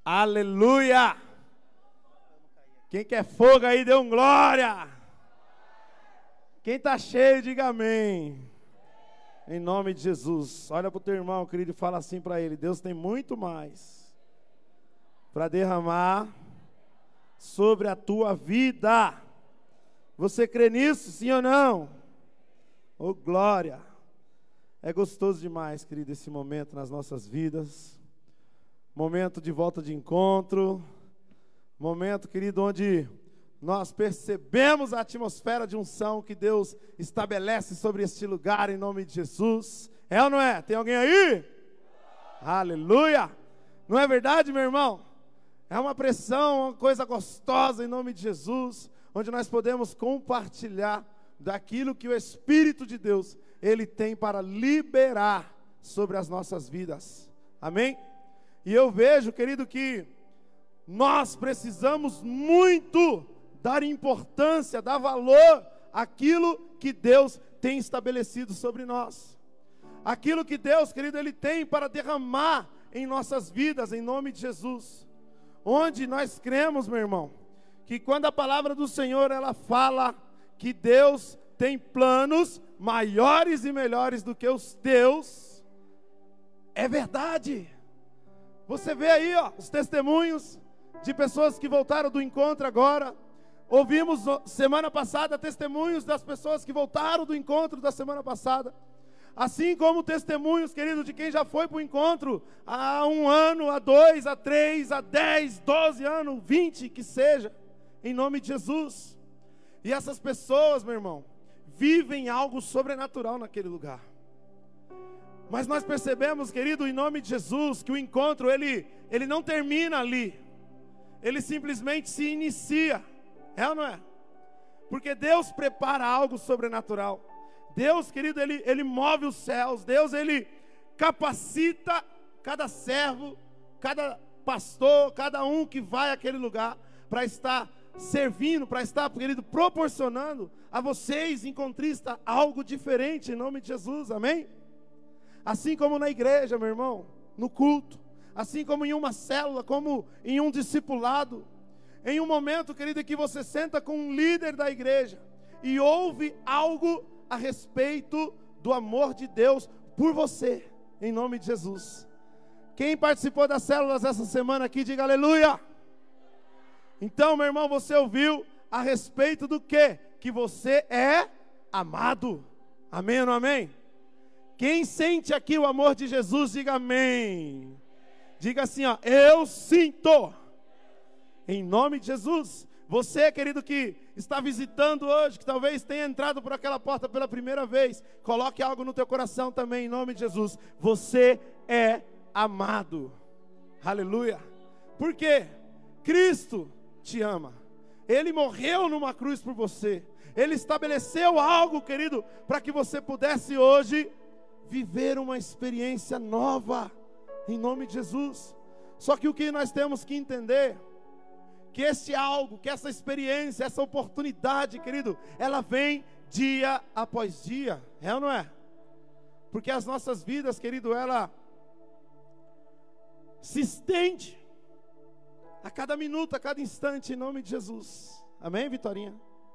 Aleluia! Quem quer fogo aí, dê um glória! Quem está cheio, diga amém. Em nome de Jesus. Olha para o teu irmão, querido, e fala assim para ele: Deus tem muito mais para derramar sobre a tua vida. Você crê nisso, sim ou não? Oh, glória! É gostoso demais, querido, esse momento nas nossas vidas. Momento de volta de encontro. Momento, querido, onde nós percebemos a atmosfera de unção que Deus estabelece sobre este lugar em nome de Jesus. É ou não é? Tem alguém aí? Aleluia! Não é verdade, meu irmão? É uma pressão, uma coisa gostosa em nome de Jesus, onde nós podemos compartilhar daquilo que o Espírito de Deus, Ele tem para liberar sobre as nossas vidas. Amém? E eu vejo, querido, que nós precisamos muito dar importância, dar valor àquilo que Deus tem estabelecido sobre nós. Aquilo que Deus, querido, Ele tem para derramar em nossas vidas, em nome de Jesus. Onde nós cremos, meu irmão, que quando a palavra do Senhor, ela fala que Deus tem planos maiores e melhores do que os teus, é verdade. Você vê aí, ó, os testemunhos de pessoas que voltaram do encontro agora. Ouvimos semana passada testemunhos das pessoas que voltaram do encontro da semana passada. Assim como testemunhos, querido, de quem já foi para o encontro há 1 ano, há 2, há 3, há 10, 12 anos, 20, que seja, em nome de Jesus. E essas pessoas, meu irmão, vivem algo sobrenatural naquele lugar. Mas nós percebemos, querido, em nome de Jesus, que o encontro, ele não termina ali. Ele simplesmente se inicia. É ou não é? Porque Deus prepara algo sobrenatural. Deus, querido, Ele move os céus. Deus, Ele capacita cada servo, cada pastor, cada um que vai àquele lugar para estar servindo, para estar, querido, proporcionando a vocês, encontristas, algo diferente em nome de Jesus. Amém? Assim como na igreja, meu irmão, no culto, assim como em uma célula, como em um discipulado, em um momento, querido, que você senta com um líder da igreja e ouve algo a respeito do amor de Deus por você, em nome de Jesus. Quem participou das células essa semana aqui, diga aleluia. Então, meu irmão, você ouviu a respeito do quê? Que você é amado. Amém ou não amém? Quem sente aqui o amor de Jesus, diga amém. Diga assim, ó, eu sinto. Em nome de Jesus. Você, querido, que está visitando hoje, que talvez tenha entrado por aquela porta pela primeira vez, coloque algo no teu coração também, em nome de Jesus. Você é amado. Aleluia. Por quê? Cristo te ama. Ele morreu numa cruz por você. Ele estabeleceu algo, querido, para que você pudesse hoje viver uma experiência nova, em nome de Jesus. Só que o que nós temos que entender, que esse algo, que essa experiência, essa oportunidade, querido, ela vem dia após dia, é ou não é? Porque as nossas vidas, querido, ela se estende a cada minuto, a cada instante, em nome de Jesus. Amém, Vitorinha?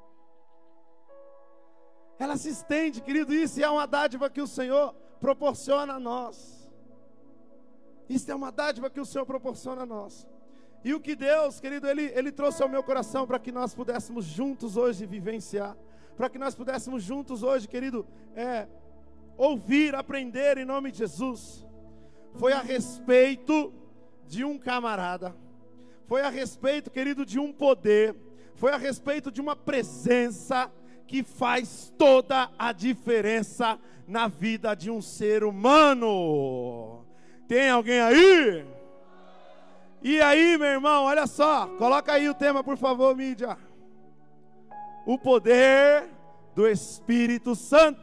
Ela se estende, querido, isso é uma dádiva que o Senhor proporciona a nós. Isso é uma dádiva que o Senhor proporciona a nós. E o que Deus, querido, Ele trouxe ao meu coração para que nós pudéssemos juntos hoje vivenciar, para que nós pudéssemos juntos hoje, querido, ouvir, aprender em nome de Jesus. Foi a respeito de um camarada, foi a respeito, querido, de um poder, foi a respeito de uma presença que faz toda a diferença na vida de um ser humano. Tem alguém aí? E aí, meu irmão, olha só, coloca aí o tema, por favor, mídia. O poder do Espírito Santo.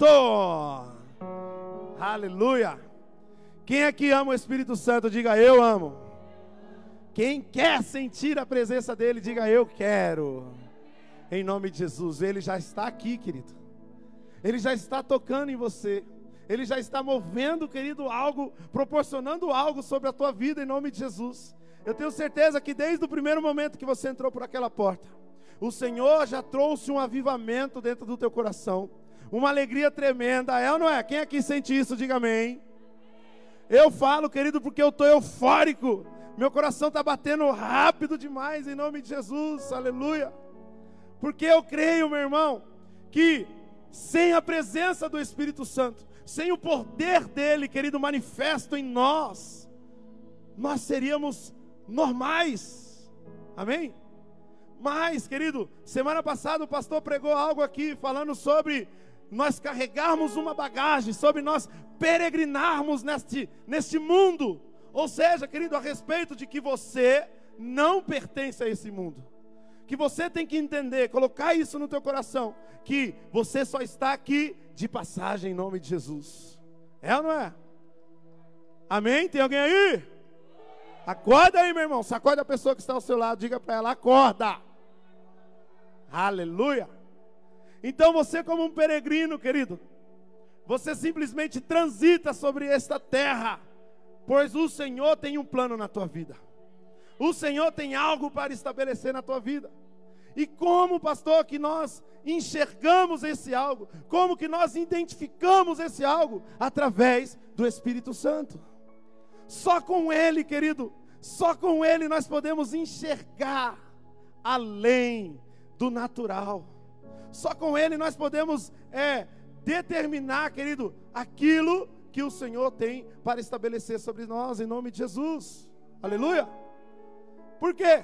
Aleluia. Quem aqui ama o Espírito Santo, diga eu amo. Quem quer sentir a presença dele, diga eu quero. Em nome de Jesus, ele já está aqui, querido. Ele já está tocando em você. Ele já está movendo, querido, algo, proporcionando algo sobre a tua vida, em nome de Jesus. Eu tenho certeza que desde o primeiro momento que você entrou por aquela porta, o Senhor já trouxe um avivamento dentro do teu coração, uma alegria tremenda, é ou não é? Quem aqui sente isso, diga amém. Eu falo, querido, porque eu estou eufórico, meu coração está batendo rápido demais, em nome de Jesus, aleluia. Porque eu creio, meu irmão, que sem a presença do Espírito Santo, sem o poder dele, querido, manifesto em nós, nós seríamos normais, amém? Mas, querido, semana passada o pastor pregou algo aqui, falando sobre nós carregarmos uma bagagem, sobre nós peregrinarmos neste mundo, ou seja, querido, a respeito de que você não pertence a esse mundo, que você tem que entender, colocar isso no teu coração, que você só está aqui de passagem em nome de Jesus, é ou não é? Amém? Tem alguém aí? Acorda aí, meu irmão, sacode a pessoa que está ao seu lado, diga para ela, acorda, aleluia. Então você como um peregrino, querido, você simplesmente transita sobre esta terra, pois o Senhor tem um plano na tua vida, o Senhor tem algo para estabelecer na tua vida. E como, pastor, que nós enxergamos esse algo, como que nós identificamos esse algo? Através do Espírito Santo. Só com Ele, querido, só com Ele nós podemos enxergar além do natural. Só com Ele nós podemos determinar, querido, aquilo que o Senhor tem para estabelecer sobre nós, em nome de Jesus. Aleluia. Por quê?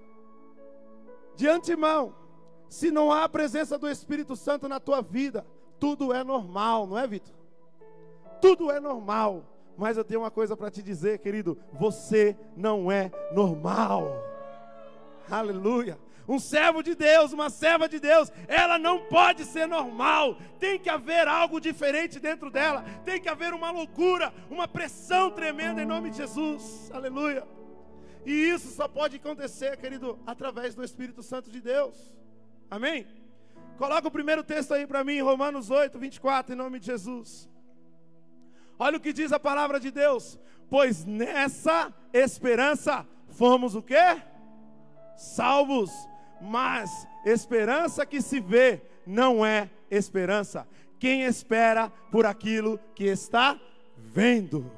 De antemão, se não há a presença do Espírito Santo na tua vida, tudo é normal, não é, Vitor? Tudo é normal. Mas eu tenho uma coisa para te dizer, querido, você não é normal. Aleluia. Um servo de Deus, uma serva de Deus, ela não pode ser normal. Tem que haver algo diferente dentro dela. Tem que haver uma loucura, uma pressão tremenda em nome de Jesus. Aleluia. E isso só pode acontecer, querido, através do Espírito Santo de Deus. Amém? Coloca o primeiro texto aí para mim, Romanos 8, 24, em nome de Jesus. Olha o que diz a palavra de Deus. Pois nessa esperança fomos o quê? Salvos. Mas esperança que se vê não é esperança. Quem espera por aquilo que está vendo.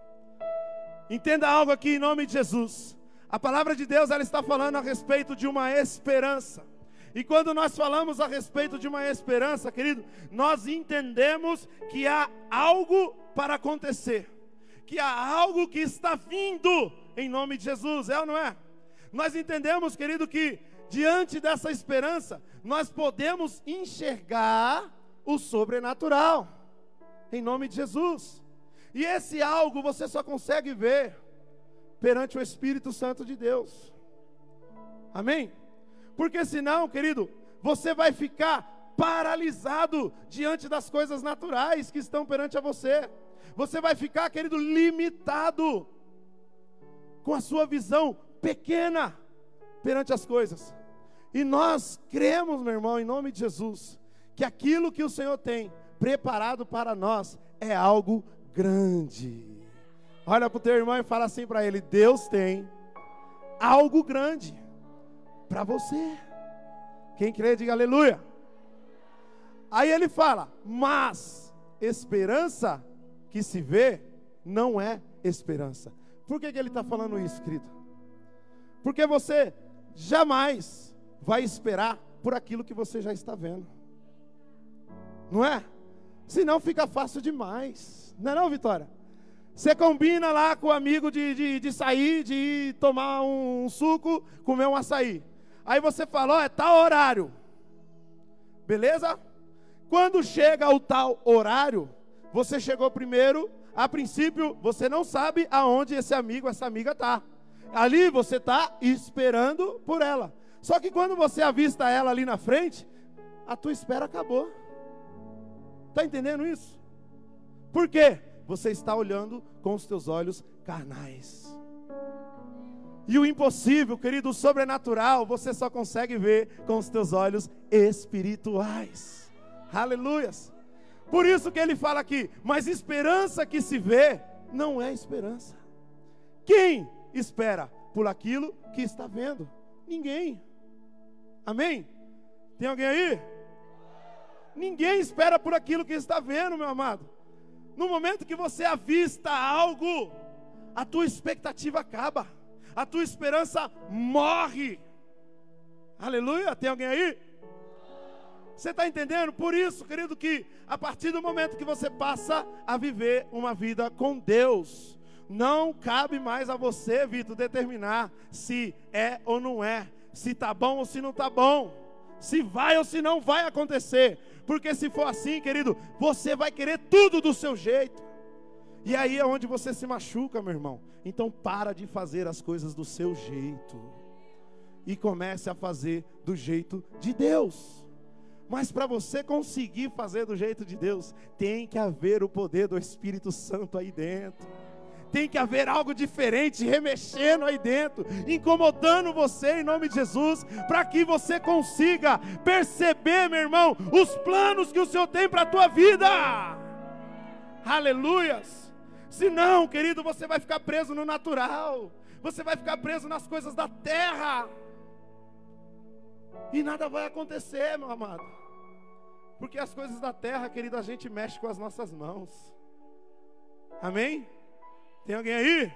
Entenda algo aqui em nome de Jesus. A palavra de Deus, ela está falando a respeito de uma esperança. E quando nós falamos a respeito de uma esperança, querido, nós entendemos que há algo para acontecer, que há algo que está vindo em nome de Jesus, é ou não é? Nós entendemos, querido, que diante dessa esperança, nós podemos enxergar o sobrenatural, em nome de Jesus. E esse algo você só consegue ver perante o Espírito Santo de Deus. Amém? Porque senão, querido, você vai ficar paralisado diante das coisas naturais que estão perante a você. Você vai ficar, querido, limitado com a sua visão pequena perante as coisas. E nós cremos, meu irmão, em nome de Jesus, que aquilo que o Senhor tem preparado para nós é algo grande. Olha para o teu irmão e fala assim para ele: Deus tem algo grande para você. Quem crê, diga aleluia. Aí ele fala: mas esperança que se vê não é esperança. Por que ele está falando isso, querido? Porque você jamais vai esperar por aquilo que você já está vendo, não é? Senão fica fácil demais, não é não, Vitória? Você combina lá com o amigo de sair, de ir tomar um suco, comer um açaí. Aí você fala: ó, é tal horário, beleza? Quando chega o tal horário, você chegou primeiro. A princípio, você não sabe aonde esse amigo, essa amiga está. Ali você está esperando por ela. Só que quando você avista ela ali na frente, a tua espera acabou. Está entendendo isso? Por quê? Você está olhando com os teus olhos carnais. E o impossível, querido, o sobrenatural, você só consegue ver com os teus olhos espirituais. Aleluias. Por isso que ele fala aqui: mas esperança que se vê não é esperança. Quem espera por aquilo que está vendo. Ninguém. Amém? Tem alguém aí? Ninguém espera por aquilo que está vendo, meu amado. No momento que você avista algo, a tua expectativa acaba, a tua esperança morre. Aleluia, tem alguém aí? Você está entendendo? Por isso, querido, que a partir do momento que você passa a viver uma vida com Deus, não cabe mais a você, Vitor, determinar se é ou não é, se está bom ou se não está bom, se vai ou se não vai acontecer. Porque se for assim, querido, você vai querer tudo do seu jeito. E aí é onde você se machuca, meu irmão. Então para de fazer as coisas do seu jeito e comece a fazer do jeito de Deus. Mas para você conseguir fazer do jeito de Deus, tem que haver o poder do Espírito Santo aí dentro. Tem que haver algo diferente, remexendo aí dentro, incomodando você em nome de Jesus, para que você consiga perceber, meu irmão, os planos que o Senhor tem para a tua vida. Aleluias. Se não, querido, você vai ficar preso no natural, você vai ficar preso nas coisas da terra, e nada vai acontecer, meu amado, porque as coisas da terra, querido, a gente mexe com as nossas mãos. Amém? Tem alguém aí?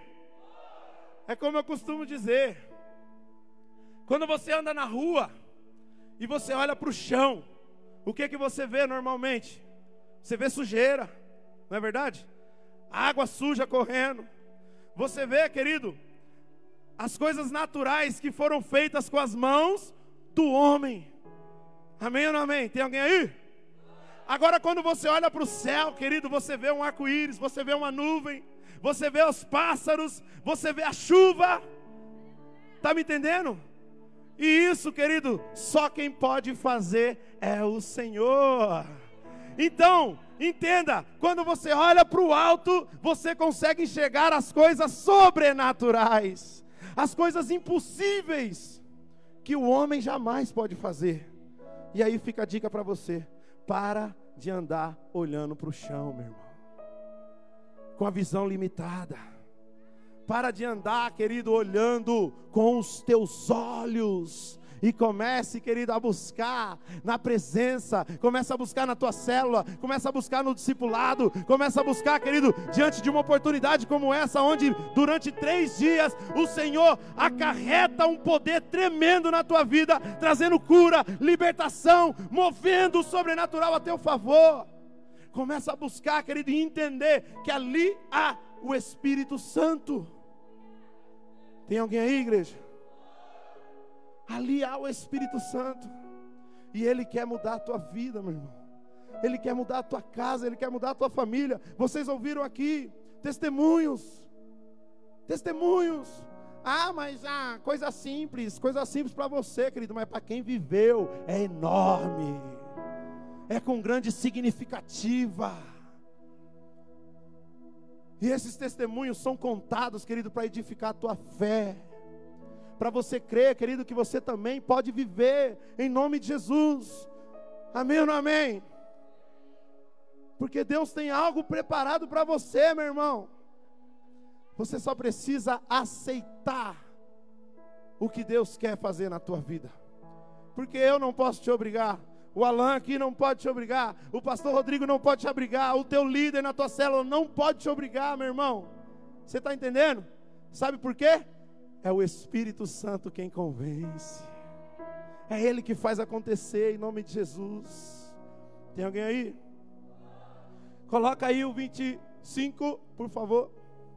É como eu costumo dizer, quando você anda na rua e você olha para o chão, o que você vê normalmente? Você vê sujeira, não é verdade? Água suja correndo. Você vê, querido, as coisas naturais que foram feitas com as mãos do homem. Amém ou não amém? Tem alguém aí? Agora quando você olha para o céu, querido, você vê um arco-íris, você vê uma nuvem, você vê os pássaros, você vê a chuva. Está me entendendo? E isso, querido, só quem pode fazer é o Senhor. Então, entenda, quando você olha para o alto, você consegue enxergar as coisas sobrenaturais, as coisas impossíveis, que o homem jamais pode fazer. E aí fica a dica para você: para de andar olhando para o chão, meu irmão, com a visão limitada. Para de andar, querido, olhando com os teus olhos. E comece, querido, a buscar na presença. Comece a buscar na tua célula. Comece a buscar no discipulado. Comece a buscar, querido, diante de uma oportunidade como essa, onde durante 3 dias o Senhor acarreta um poder tremendo na tua vida, trazendo cura, libertação, movendo o sobrenatural a teu favor. Começa a buscar, querido, e entender que ali há o Espírito Santo. Tem alguém aí, igreja? Ali há o Espírito Santo. E Ele quer mudar a tua vida, meu irmão. Ele quer mudar a tua casa, Ele quer mudar a tua família. Vocês ouviram aqui testemunhos. Testemunhos. Mas coisa simples para você, querido. Mas para quem viveu é enorme. É com grande significativa. E esses testemunhos são contados, querido, para edificar a tua fé, para você crer, querido, que você também pode viver em nome de Jesus. Amém ou não amém? Porque Deus tem algo preparado para você, meu irmão. Você só precisa aceitar o que Deus quer fazer na tua vida. Porque eu não posso te obrigar, o Alan aqui não pode te obrigar, o pastor Rodrigo não pode te obrigar, o teu líder na tua célula não pode te obrigar, meu irmão. Você está entendendo? Sabe por quê? É o Espírito Santo quem convence. É Ele que faz acontecer em nome de Jesus. Tem alguém aí? Coloca aí o 25, por favor.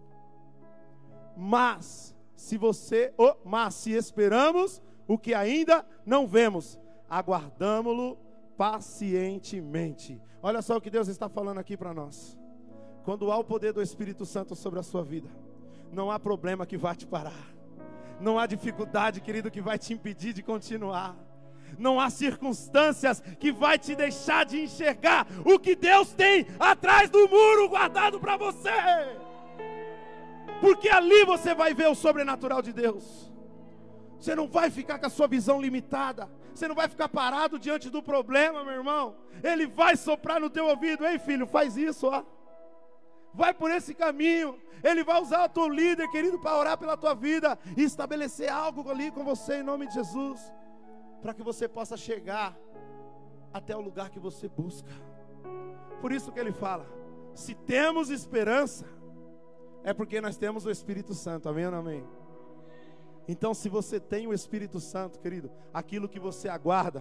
Mas se esperamos o que ainda não vemos, aguardamo-lo pacientemente. Olha só o que Deus está falando aqui para nós. Quando há o poder do Espírito Santo sobre a sua vida, não há problema que vá te parar. Não há dificuldade, querido, que vai te impedir de continuar. Não há circunstâncias que vai te deixar de enxergar o que Deus tem atrás do muro guardado para você. Porque ali você vai ver o sobrenatural de Deus. Você não vai ficar com a sua visão limitada. Você não vai ficar parado diante do problema, meu irmão. Ele vai soprar no teu ouvido: ei, filho, faz isso, ó. Vai por esse caminho. Ele vai usar o teu líder, querido, para orar pela tua vida e estabelecer algo ali com você em nome de Jesus, para que você possa chegar até o lugar que você busca. Por isso que ele fala: se temos esperança, é porque nós temos o Espírito Santo. Amém ou não amém? Então, se você tem o Espírito Santo, querido, aquilo que você aguarda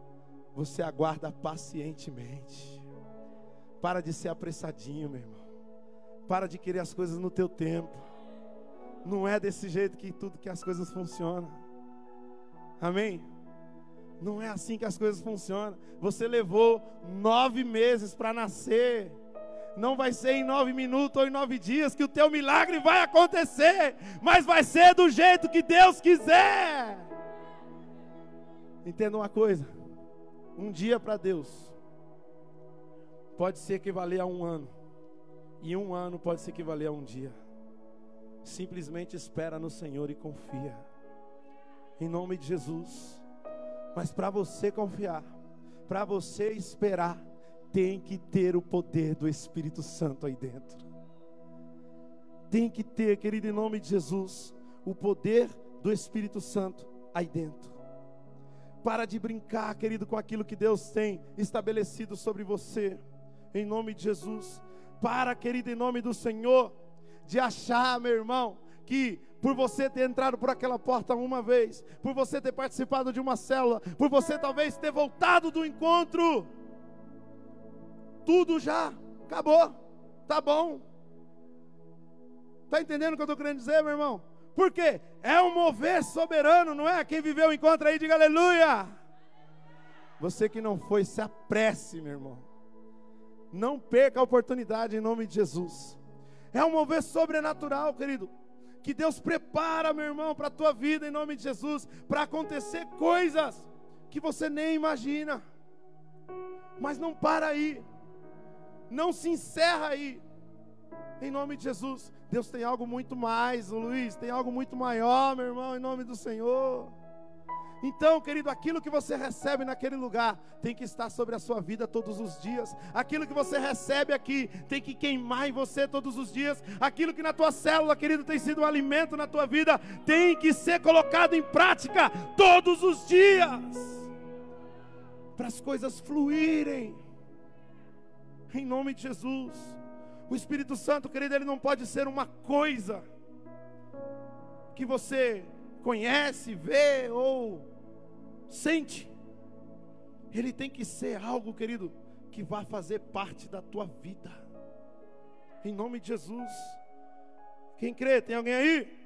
pacientemente. Para de ser apressadinho, meu irmão. Para de querer as coisas no teu tempo. Não é desse jeito que as coisas funcionam. Amém? Não é assim que as coisas funcionam. Você levou 9 meses para nascer. Não vai ser em 9 minutos ou em 9 dias que o teu milagre vai acontecer. Mas vai ser do jeito que Deus quiser. Entenda uma coisa. Um dia para Deus pode se equivaler a um ano. E um ano pode se equivaler a um dia. Simplesmente espera no Senhor e confia. Em nome de Jesus. Mas para você confiar, para você esperar, tem que ter o poder do Espírito Santo aí dentro. Tem que ter, querido, em nome de Jesus, o poder do Espírito Santo aí dentro. Para de brincar, querido, com aquilo que Deus tem estabelecido sobre você. Em nome de Jesus. Para, querido, em nome do Senhor, de achar, meu irmão, que por você ter entrado por aquela porta uma vez, por você ter participado de uma célula, por você talvez ter voltado do encontro, tudo já acabou, tá bom. Tá entendendo o que eu estou querendo dizer, meu irmão? Por quê? É um mover soberano, não é? Quem viveu o encontro aí, diga aleluia. Você que não foi, se apresse, meu irmão. Não perca a oportunidade em nome de Jesus. É um mover sobrenatural, querido, que Deus prepara, meu irmão, para a tua vida em nome de Jesus, para acontecer coisas que você nem imagina. Mas não para aí. Não se encerra aí. Em nome de Jesus. Deus tem algo muito mais, Luiz, tem algo muito maior, meu irmão, em nome do Senhor. Então, querido, aquilo que você recebe naquele lugar tem que estar sobre a sua vida todos os dias. Aquilo que você recebe aqui tem que queimar em você todos os dias. Aquilo que na tua célula, querido, tem sido um alimento na tua vida, tem que ser colocado em prática todos os dias, para as coisas fluírem. Em nome de Jesus. O Espírito Santo, querido, ele não pode ser uma coisa que você conhece, vê ou sente. Ele tem que ser algo, querido, que vai fazer parte da tua vida. Em nome de Jesus. Quem crê? Tem alguém aí?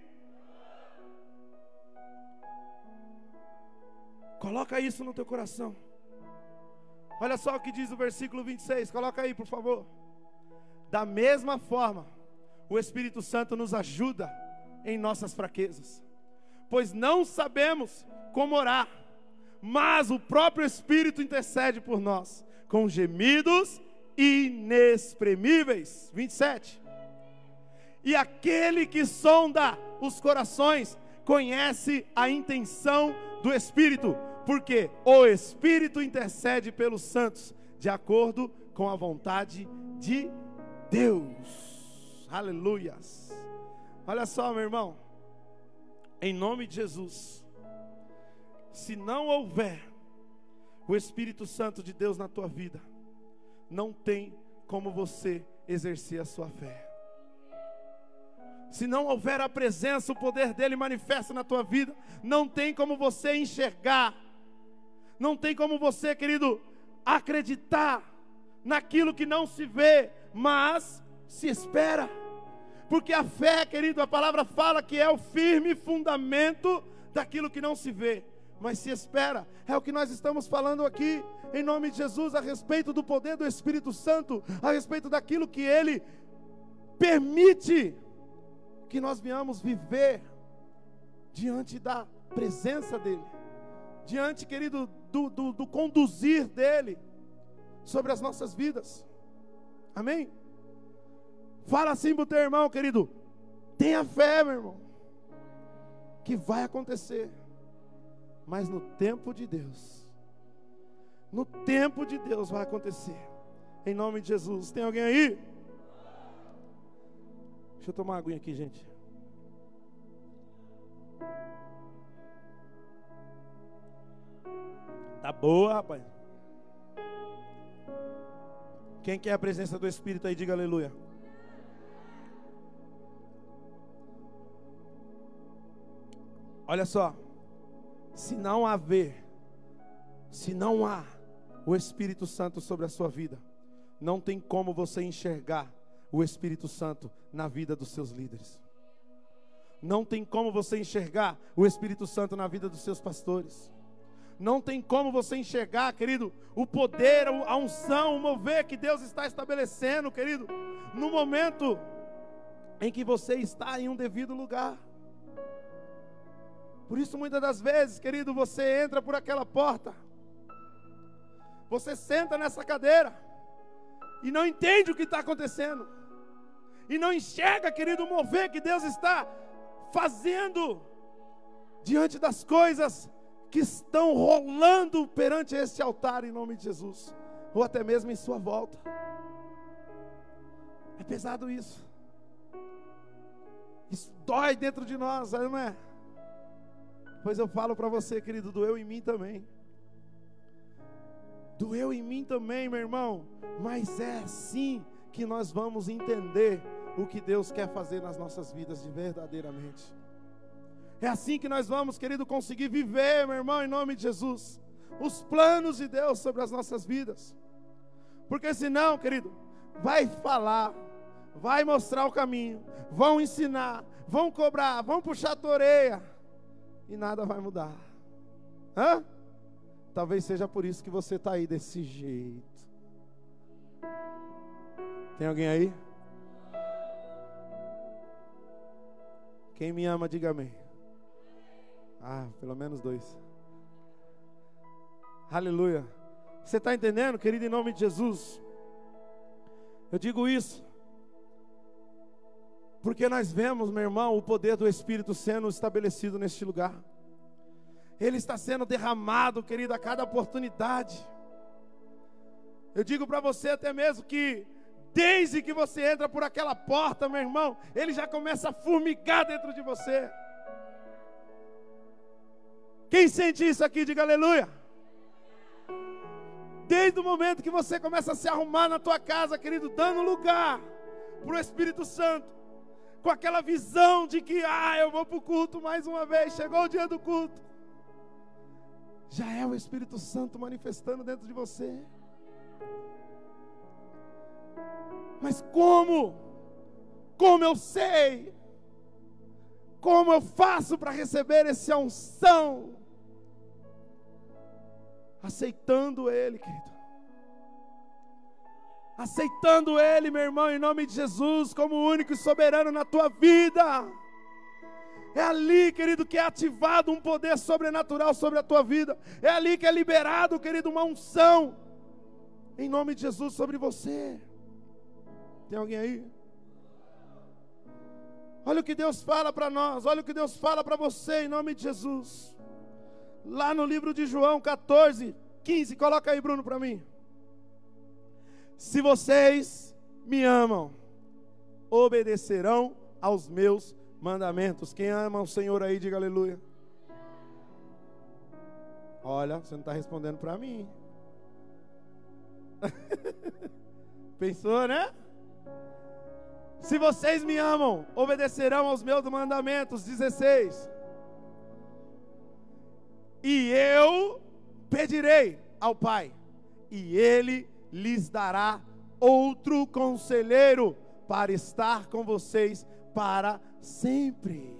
Coloca isso no teu coração. Olha só o que diz o versículo 26. Coloca aí, por favor. Da mesma forma, o Espírito Santo nos ajuda em nossas fraquezas, pois não sabemos como orar, mas o próprio Espírito intercede por nós, com gemidos inexprimíveis. 27. E aquele que sonda os corações, conhece a intenção do Espírito, porque o Espírito intercede pelos santos, de acordo com a vontade de Deus. Aleluias. Olha só, meu irmão, em nome de Jesus, se não houver o Espírito Santo de Deus na tua vida, não tem como você exercer a sua fé. Se não houver a presença, o poder dele manifesta na tua vida, não tem como você enxergar, não tem como você, querido, acreditar naquilo que não se vê, mas se espera. Porque a fé, querido, a palavra fala que é o firme fundamento daquilo que não se vê, mas se espera. É o que nós estamos falando aqui, em nome de Jesus, a respeito do poder do Espírito Santo, a respeito daquilo que ele permite que nós venhamos viver diante da presença dele, diante, querido, do conduzir dele sobre as nossas vidas. Amém? Fala assim para o teu irmão, querido, tenha fé, meu irmão, que vai acontecer, mas no tempo de Deus, no tempo de Deus vai acontecer, em nome de Jesus. Tem alguém aí? Deixa eu tomar uma aguinha aqui, gente. Tá boa, rapaz. Quem quer a presença do Espírito aí, diga aleluia. Olha só. Se não há o Espírito Santo sobre a sua vida, não tem como você enxergar o Espírito Santo na vida dos seus líderes. Não tem como você enxergar o Espírito Santo na vida dos seus pastores. Não tem como você enxergar, querido, o poder, a unção, o mover que Deus está estabelecendo, querido, no momento em que você está em um devido lugar. Por isso, muitas das vezes, querido, você entra por aquela porta, você senta nessa cadeira e não entende o que está acontecendo, e não enxerga, querido, o mover que Deus está fazendo diante das coisas que estão rolando perante este altar em nome de Jesus, ou até mesmo em sua volta. É pesado isso. Isso dói dentro de nós, não é? Pois eu falo para você, querido, doeu em mim também. Doeu em mim também, meu irmão. Mas é assim que nós vamos entender o que Deus quer fazer nas nossas vidas de verdadeiramente. É assim que nós vamos, querido, conseguir viver, meu irmão, em nome de Jesus, os planos de Deus sobre as nossas vidas. Porque senão, querido, vai falar, vai mostrar o caminho, vão ensinar, vão cobrar, vão puxar a tua orelha, e nada vai mudar. Hã? Talvez seja por isso que você está aí desse jeito. Tem alguém aí? Quem me ama, diga amém. Ah, pelo menos 2. Aleluia. Você está entendendo, querido, em nome de Jesus? Eu digo isso porque nós vemos, meu irmão, o poder do Espírito sendo estabelecido neste lugar. Ele está sendo derramado, querido, a cada oportunidade. Eu digo para você até mesmo que desde que você entra por aquela porta, meu irmão, ele já começa a formigar dentro de você. Quem sente isso aqui, diga aleluia. Desde o momento que você começa a se arrumar na tua casa, querido, dando lugar para o Espírito Santo, com aquela visão de que, eu vou para o culto mais uma vez, chegou o dia do culto. Já é o Espírito Santo manifestando dentro de você. Mas como eu sei, como eu faço para receber essa unção? Aceitando Ele, querido. Aceitando Ele, meu irmão, em nome de Jesus, como único e soberano na tua vida. É ali, querido, que é ativado um poder sobrenatural sobre a tua vida. É ali que é liberado, querido, uma unção, em nome de Jesus, sobre você. Tem alguém aí? Olha o que Deus fala para nós, olha o que Deus fala para você, em nome de Jesus. Lá no livro de João 14, 15, coloca aí, Bruno, para mim. Se vocês me amam, obedecerão aos meus mandamentos. Quem ama o Senhor aí, diga aleluia. Olha, você não está respondendo para mim. Pensou, né? Se vocês me amam, obedecerão aos meus mandamentos. 16. E eu pedirei ao Pai, e Ele lhes dará outro conselheiro para estar com vocês para sempre.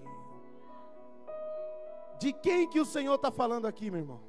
De quem que o Senhor está falando aqui, meu irmão?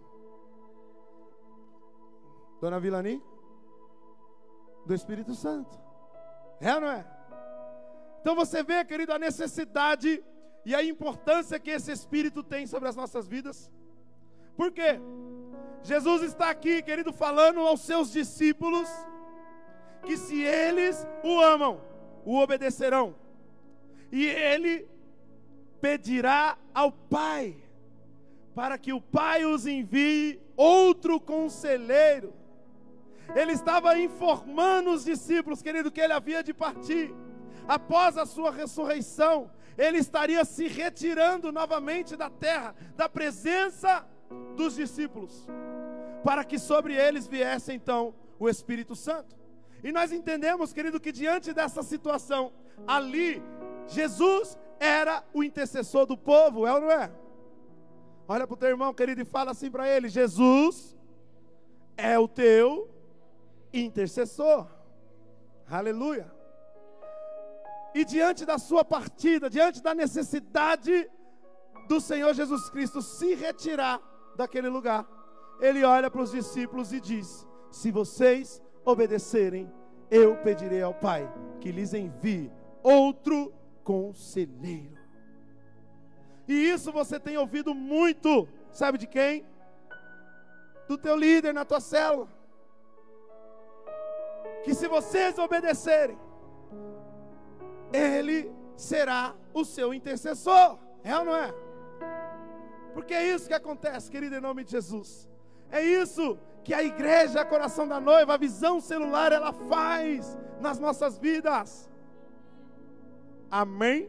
Dona Vilani? Do Espírito Santo. É ou não é? Então você vê, querido, a necessidade e a importância que esse Espírito tem sobre as nossas vidas. Por quê? Jesus está aqui, querido, falando aos seus discípulos que se eles o amam, o obedecerão. E Ele pedirá ao Pai, para que o Pai os envie outro conselheiro. Ele estava informando os discípulos, querido, que Ele havia de partir. após a sua ressurreição, ele estaria se retirando novamente da terra, da presença dos discípulos, para que sobre eles viesse então o Espírito Santo. E nós entendemos, querido, que diante dessa situação, ali, Jesus era o intercessor do povo, é ou não é? Olha para o teu irmão, querido, e fala assim para ele: Jesus é o teu intercessor. Aleluia. E diante da sua partida, diante da necessidade do Senhor Jesus Cristo se retirar daquele lugar, ele olha para os discípulos e diz: se vocês obedecerem, eu pedirei ao Pai que lhes envie outro conselheiro. E isso você tem ouvido muito, sabe de quem? Do teu líder na tua célula. Que se vocês obedecerem, ele será o seu intercessor. É ou não é? Porque é isso que acontece, querido, em nome de Jesus. É isso que a igreja, a coração da noiva, a visão celular, ela faz nas nossas vidas. Amém?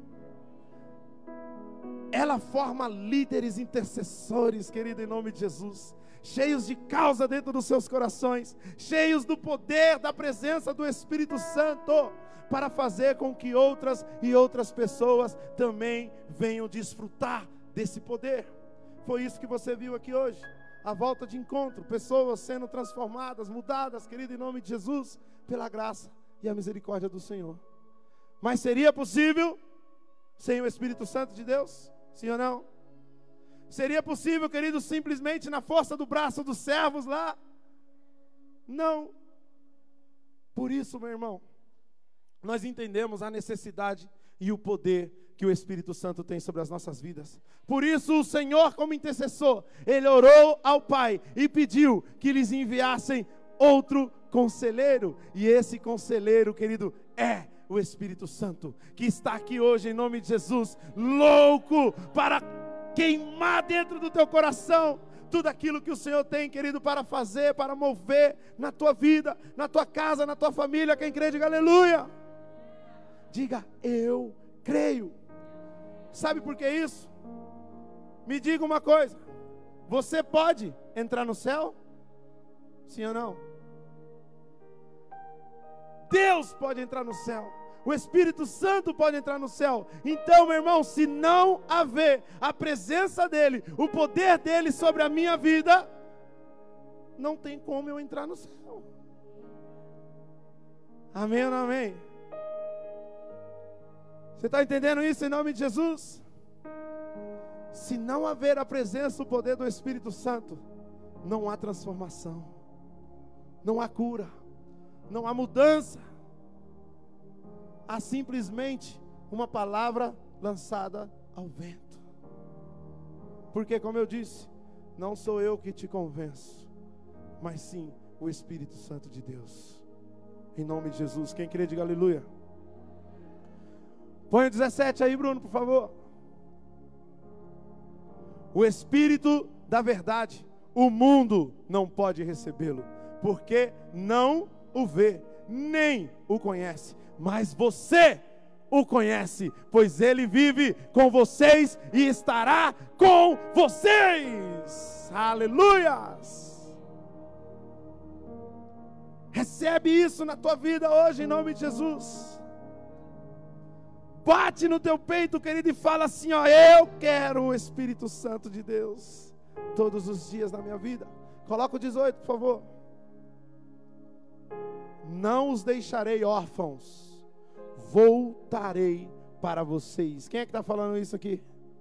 Ela forma líderes intercessores, querido, em nome de Jesus, cheios de causa dentro dos seus corações, cheios do poder, da presença do Espírito Santo, para fazer com que outras e outras pessoas também venham desfrutar desse poder. Foi isso que você viu aqui hoje, a volta de encontro, pessoas sendo transformadas, mudadas, querido, em nome de Jesus, pela graça e a misericórdia do Senhor. Mas seria possível sem o Espírito Santo de Deus? Sim ou não? Seria possível, querido, simplesmente na força do braço dos servos lá? Não. Por isso, meu irmão, nós entendemos a necessidade e o poder que o Espírito Santo tem sobre as nossas vidas. Por isso o Senhor, como intercessor, ele orou ao Pai e pediu que lhes enviassem outro conselheiro. E esse conselheiro, querido, é o Espírito Santo, que está aqui hoje em nome de Jesus, louco para queimar dentro do teu coração tudo aquilo que o Senhor tem, querido, para fazer, para mover na tua vida, na tua casa, na tua família. Quem crê, diga aleluia. Diga, eu creio. Sabe por que isso? Me diga uma coisa: você pode entrar no céu? Sim ou não? Deus pode entrar no céu, o Espírito Santo pode entrar no céu. Então, meu irmão, se não haver a presença dEle, o poder dEle sobre a minha vida, não tem como eu entrar no céu. Amém ou não amém? Você está entendendo isso em nome de Jesus? Se não haver a presença, o poder do Espírito Santo, não há transformação, não há cura, não há mudança. Há simplesmente uma palavra lançada ao vento. Porque, como eu disse, não sou eu que te convenço, mas sim o Espírito Santo de Deus. Em nome de Jesus. Quem crê, diga aleluia. Põe o 17 aí, Bruno, por favor. O Espírito da verdade, o mundo não pode recebê-lo, porque não o vê, nem o conhece. Mas você o conhece, pois ele vive com vocês e estará com vocês. Aleluias! Recebe isso na tua vida hoje, em nome de Jesus. Bate no teu peito, querido, e fala assim, ó: eu quero o Espírito Santo de Deus todos os dias da minha vida. Coloca o 18, por favor. Não os deixarei órfãos, voltarei para vocês. Quem é que está falando isso aqui?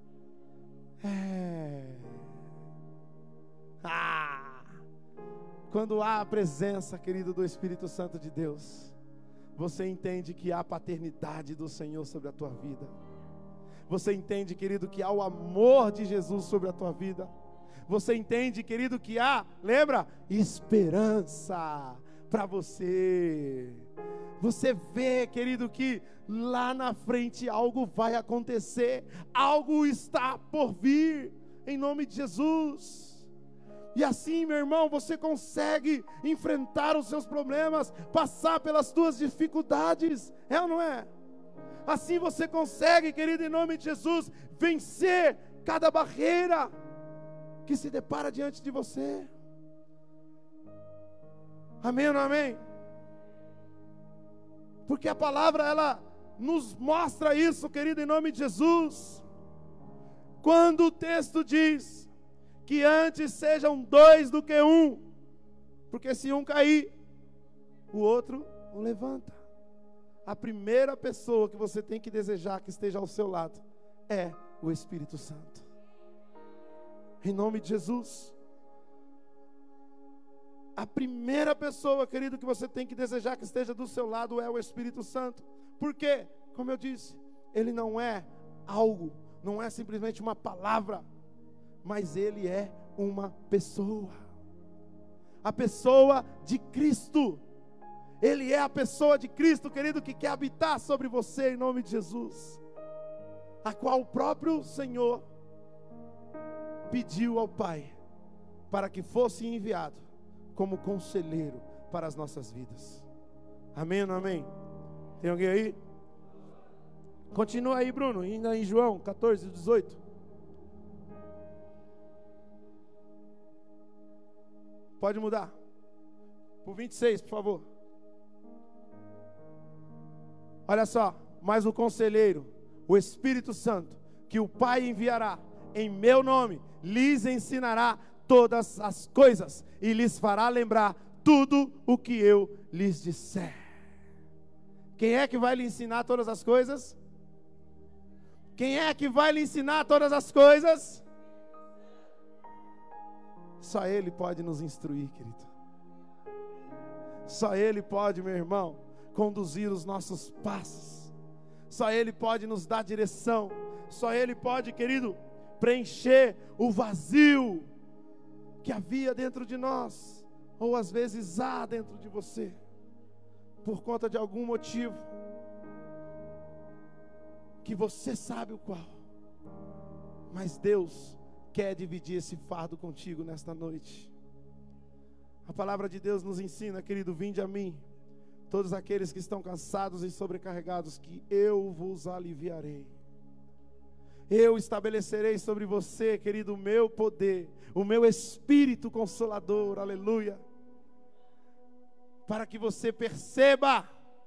Quando há a presença, querido, do Espírito Santo de Deus, você entende que há a paternidade do Senhor sobre a tua vida. Você entende, querido, que há o amor de Jesus sobre a tua vida. Você entende, querido, que há, lembra? Esperança para você. Você vê, querido, que lá na frente algo vai acontecer, algo está por vir, em nome de Jesus. E assim, meu irmão, você consegue enfrentar os seus problemas, passar pelas tuas dificuldades, é ou não é? Assim você consegue, querido, em nome de Jesus, vencer cada barreira que se depara diante de você. Amém ou não amém? Porque a palavra, ela nos mostra isso, querido, em nome de Jesus. Quando o texto diz que antes sejam 2 do que 1, porque se um cair, o outro o levanta. A primeira pessoa que você tem que desejar que esteja ao seu lado é o Espírito Santo. Em nome de Jesus. A primeira pessoa, querido, que você tem que desejar que esteja do seu lado é o Espírito Santo. Por quê? Como eu disse, ele não é algo, não é simplesmente uma palavra, mas ele é uma pessoa. A pessoa de Cristo. Ele é a pessoa de Cristo, querido, que quer habitar sobre você em nome de Jesus. A qual o próprio Senhor pediu ao Pai para que fosse enviado como conselheiro para as nossas vidas. Amém ou não amém? Tem alguém aí? Continua aí, Bruno, ainda em João 14, 18. Pode mudar. Por 26, por favor. Olha só, mas o conselheiro, o Espírito Santo, que o Pai enviará em meu nome, lhes ensinará todas as coisas e lhes fará lembrar tudo o que eu lhes disser. Quem é que vai lhe ensinar todas as coisas? Quem é que vai lhe ensinar todas as coisas? Só Ele pode nos instruir, querido. Só Ele pode, meu irmão, conduzir os nossos passos. Só Ele pode nos dar direção. Só Ele pode, querido, preencher o vazio que havia dentro de nós, ou às vezes há dentro de você, por conta de algum motivo, que você sabe o qual, mas Deus quer dividir esse fardo contigo nesta noite. A palavra de Deus nos ensina, querido, vinde a mim, todos aqueles que estão cansados e sobrecarregados, que eu vos aliviarei. Eu estabelecerei sobre você, querido, o meu poder, o meu Espírito Consolador, aleluia, para que você perceba,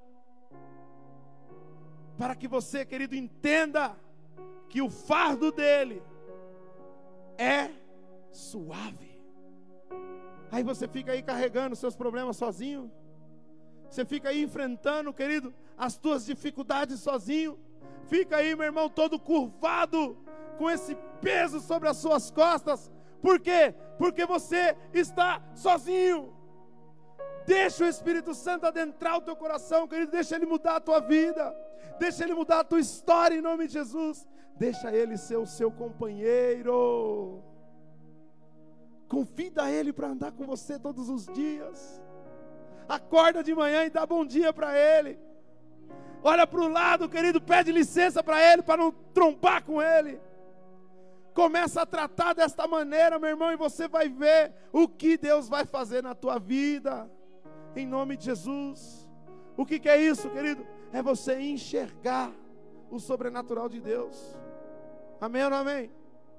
para que você, querido, entenda que o fardo dele é suave. Aí você fica aí carregando seus problemas sozinho, você fica aí enfrentando, querido, as tuas dificuldades sozinho. Fica aí, meu irmão, todo curvado, com esse peso sobre as suas costas. Por quê? Porque você está sozinho. Deixa o Espírito Santo adentrar o teu coração, querido. Deixa Ele mudar a tua vida. Deixa Ele mudar a tua história em nome de Jesus. Deixa Ele ser o seu companheiro. Convida a Ele para andar com você todos os dias. Acorda de manhã e dá bom dia para Ele. Olha para o lado, querido, pede licença para Ele, para não trombar com Ele. Começa a tratar desta maneira, meu irmão, e você vai ver o que Deus vai fazer na tua vida, em nome de Jesus. O que é isso, querido? É você enxergar o sobrenatural de Deus. Amém ou não amém?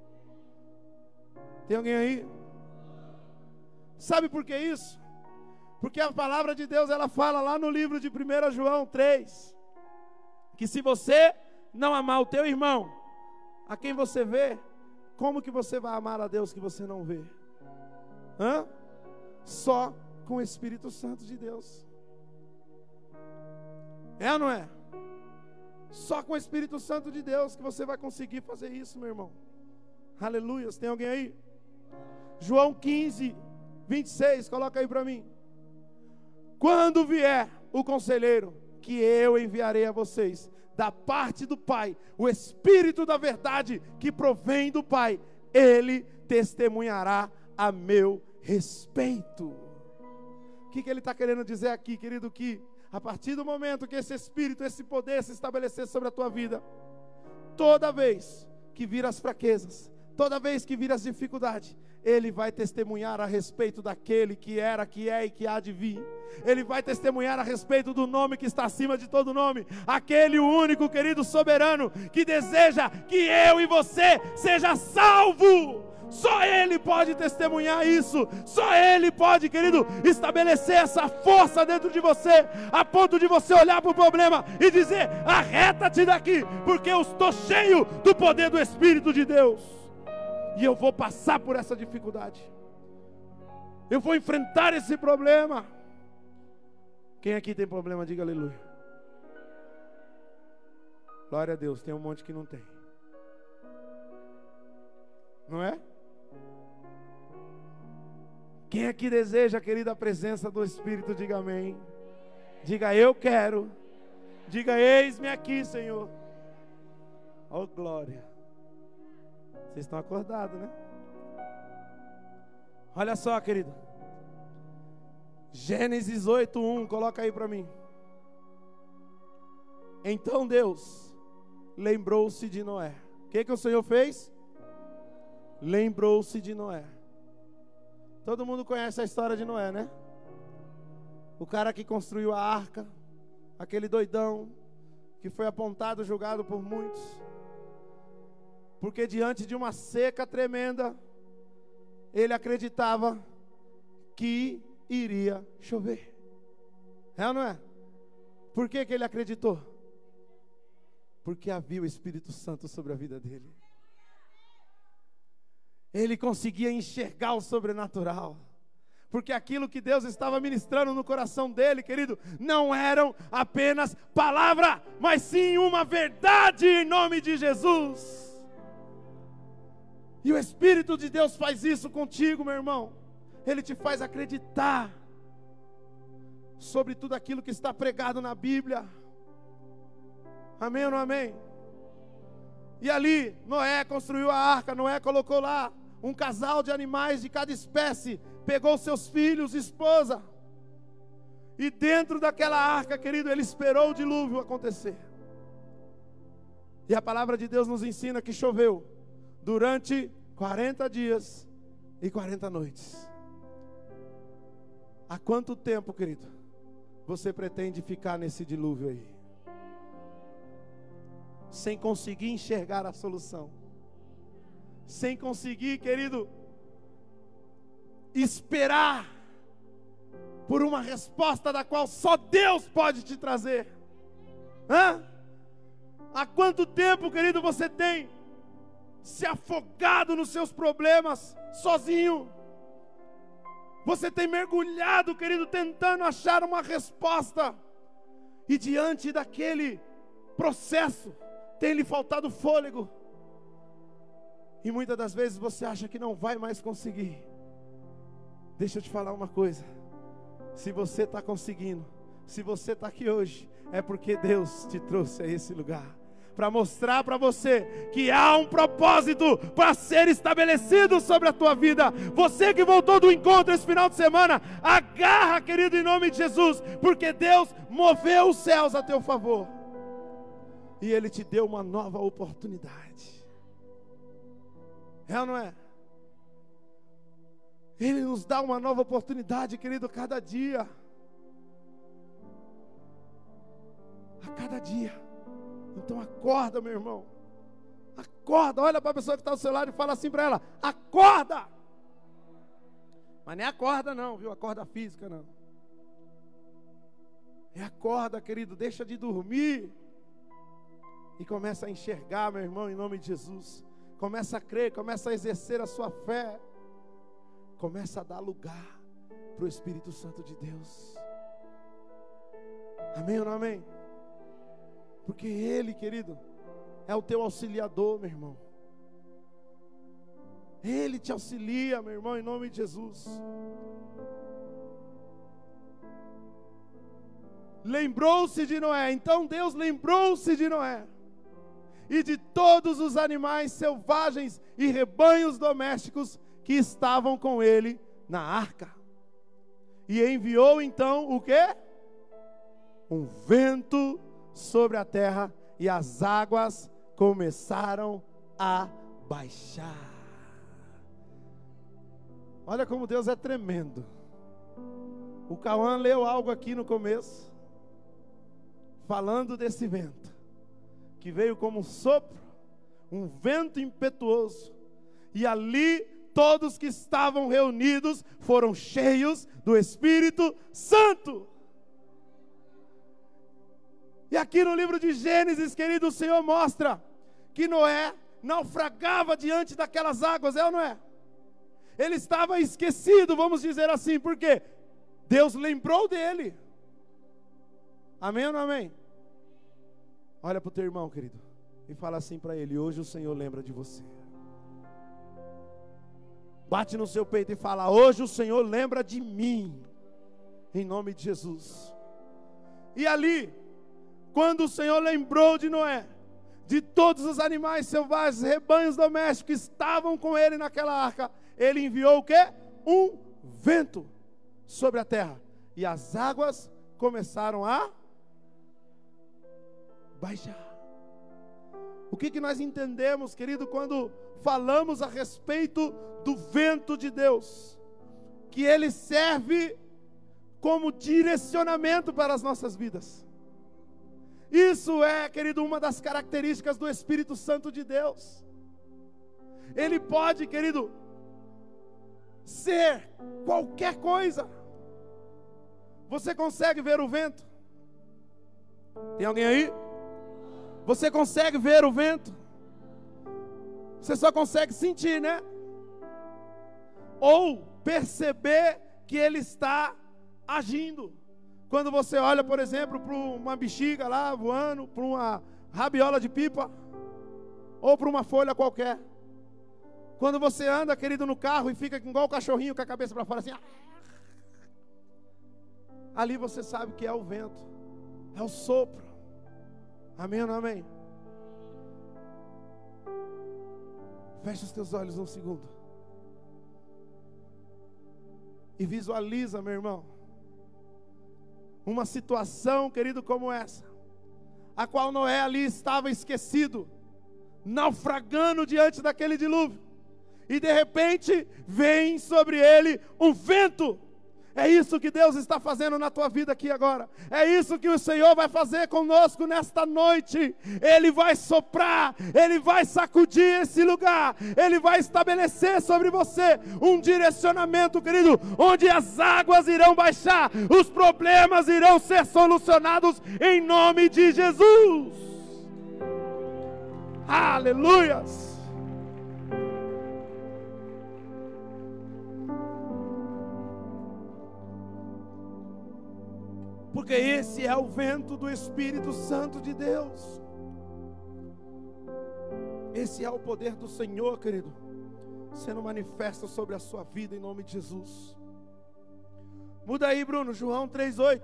Tem alguém aí? Sabe por que isso? Porque a palavra de Deus, ela fala lá no livro de 1 João 3, que se você não amar o teu irmão, a quem você vê, como que você vai amar a Deus que você não vê? Só com o Espírito Santo de Deus. É ou não é? Só com o Espírito Santo de Deus que você vai conseguir fazer isso, meu irmão. Aleluia. Tem alguém aí? João 15, 26, coloca aí para mim. Quando vier o conselheiro, que eu enviarei a vocês, da parte do Pai, o Espírito da verdade que provém do Pai, Ele testemunhará a meu respeito. O que Ele está querendo dizer aqui, querido? Que a partir do momento que esse Espírito, esse poder se estabelecer sobre a tua vida, toda vez que vir as fraquezas, Toda vez que vir as dificuldades, ele vai testemunhar a respeito daquele que era, que é e que há de vir. Ele vai testemunhar a respeito do nome que está acima de todo nome. Aquele único, querido, soberano, que deseja que eu e você seja salvo. Só Ele pode testemunhar isso. Só Ele pode, querido, estabelecer essa força dentro de você, a ponto de você olhar para o problema e dizer: arreta-te daqui, porque eu estou cheio do poder do Espírito de Deus. E eu vou passar por essa dificuldade. Eu vou enfrentar esse problema. Quem aqui tem problema, diga aleluia. Glória a Deus, tem um monte que não tem. Não é? Quem aqui deseja, querida, a presença do Espírito, diga amém. Diga: eu quero. Diga: eis-me aqui, Senhor. Oh, glória. Vocês estão acordados, né? Olha só, querido. Gênesis 8:1, coloca aí para mim. Então Deus lembrou-se de Noé. O que o Senhor fez? Lembrou-se de Noé. Todo mundo conhece a história de Noé, né? O cara que construiu a arca, aquele doidão, que foi apontado, julgado por muitos, porque diante de uma seca tremenda, ele acreditava que iria chover. É ou não é? Por que ele acreditou? Porque havia o Espírito Santo sobre a vida dele. Ele conseguia enxergar o sobrenatural. Porque aquilo que Deus estava ministrando no coração dele, querido, não eram apenas palavra, mas sim uma verdade em nome de Jesus. E o Espírito de Deus faz isso contigo, meu irmão. Ele te faz acreditar sobre tudo aquilo que está pregado na Bíblia. Amém ou não amém? E ali, Noé construiu a arca. Noé colocou lá um casal de animais de cada espécie, pegou seus filhos, esposa, e dentro daquela arca, querido, ele esperou o dilúvio acontecer. E a palavra de Deus nos ensina que choveu durante 40 dias e 40 noites. Há quanto tempo, querido, você pretende ficar nesse dilúvio aí? Sem conseguir enxergar a solução. Sem conseguir, querido, esperar por uma resposta da qual só Deus pode te trazer. Há quanto tempo, querido, você tem se afogado nos seus problemas sozinho? Você tem mergulhado, querido, tentando achar uma resposta, e diante daquele processo tem lhe faltado fôlego, e muitas das vezes você acha que não vai mais conseguir. Deixa eu te falar uma coisa: se você está conseguindo, se você está aqui hoje, é porque Deus te trouxe a esse lugar, para mostrar para você que há um propósito para ser estabelecido sobre a tua vida. Você que voltou do encontro esse final de semana, agarra, querido, em nome de Jesus, porque Deus moveu os céus a teu favor, e Ele te deu uma nova oportunidade. É ou não é? Ele nos dá uma nova oportunidade, querido, cada dia. A cada dia. Então acorda, meu irmão. Acorda, olha para a pessoa que está do seu lado e fala assim para ela: acorda! Mas nem acorda não, viu? Acorda física não. É acorda, querido, deixa de dormir. E começa a enxergar, meu irmão, em nome de Jesus. Começa a crer, começa a exercer a sua fé. Começa a dar lugar para o Espírito Santo de Deus. Amém ou não amém? Porque Ele, querido, é o teu auxiliador, meu irmão. Ele te auxilia, meu irmão, em nome de Jesus. Lembrou-se de Noé. Então Deus lembrou-se de Noé e de todos os animais selvagens e rebanhos domésticos que estavam com ele na arca. E enviou então o quê? Um vento sobre a terra, e as águas começaram a baixar. Olha como Deus é tremendo. O Cauã leu algo aqui no começo, falando desse vento, que veio como um sopro, um vento impetuoso, e ali todos que estavam reunidos foram cheios do Espírito Santo. E aqui no livro de Gênesis, querido, o Senhor mostra que Noé naufragava diante daquelas águas, é ou não é? Ele estava esquecido, vamos dizer assim, por quê? Deus lembrou dele. Amém ou não amém? Olha para o teu irmão, querido, e fala assim para ele: hoje o Senhor lembra de você. Bate no seu peito e fala: hoje o Senhor lembra de mim, em nome de Jesus. E ali, quando o Senhor lembrou de Noé, de todos os animais selvagens, rebanhos domésticos que estavam com ele naquela arca, ele enviou o quê? Um vento sobre a terra, e as águas começaram a baixar. O que nós entendemos, querido, quando falamos a respeito do vento de Deus? Que ele serve como direcionamento para as nossas vidas. Isso é, querido, uma das características do Espírito Santo de Deus. Ele pode, querido, ser qualquer coisa. Você consegue ver o vento? Tem alguém aí? Você consegue ver o vento? Você só consegue sentir, né? Ou perceber que ele está agindo. Quando você olha, por exemplo, para uma bexiga lá voando, para uma rabiola de pipa, ou para uma folha qualquer. Quando você anda, querido, no carro e fica igual o cachorrinho com a cabeça para fora assim, ali você sabe que é o vento, é o sopro. Amém ou não amém? Feche os teus olhos um segundo e visualiza, meu irmão, uma situação, querido, como essa, a qual Noé ali estava esquecido, naufragando diante daquele dilúvio, e de repente vem sobre ele um vento. É isso que Deus está fazendo na tua vida aqui agora. É isso que o Senhor vai fazer conosco nesta noite. Ele vai soprar, Ele vai sacudir esse lugar, Ele vai estabelecer sobre você um direcionamento, querido, onde as águas irão baixar, os problemas irão ser solucionados em nome de Jesus. Aleluias! Porque esse é o vento do Espírito Santo de Deus. Esse é o poder do Senhor, querido, sendo manifesto sobre a sua vida em nome de Jesus. Muda aí, Bruno, João 3:8.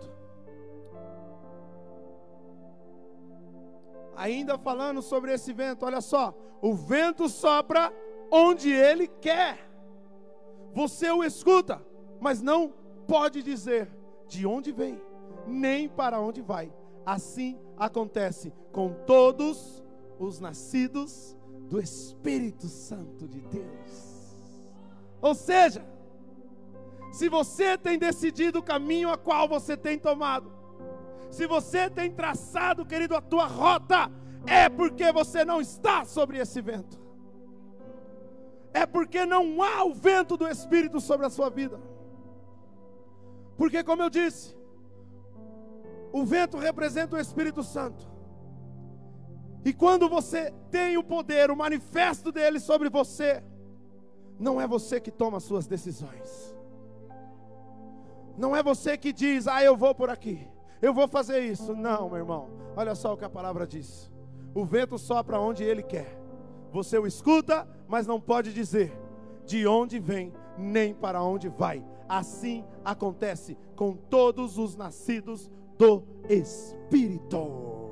Ainda falando sobre esse vento, olha só. O vento sopra onde ele quer. Você o escuta, mas não pode dizer de onde vem, nem para onde vai. Assim acontece com todos os nascidos do Espírito Santo de Deus. Ou seja, se você tem decidido o caminho a qual você tem tomado, se você tem traçado, querido, a tua rota, é porque você não está sobre esse vento. É porque não há o vento do Espírito sobre a sua vida. Porque, como eu disse, o vento representa o Espírito Santo. E quando você tem o poder, o manifesto dele sobre você, não é você que toma as suas decisões. Não é você que diz, eu vou por aqui, eu vou fazer isso. Não, meu irmão, olha só o que a palavra diz. O vento sopra onde ele quer. Você o escuta, mas não pode dizer de onde vem, nem para onde vai. Assim acontece com todos os nascidos do Espírito.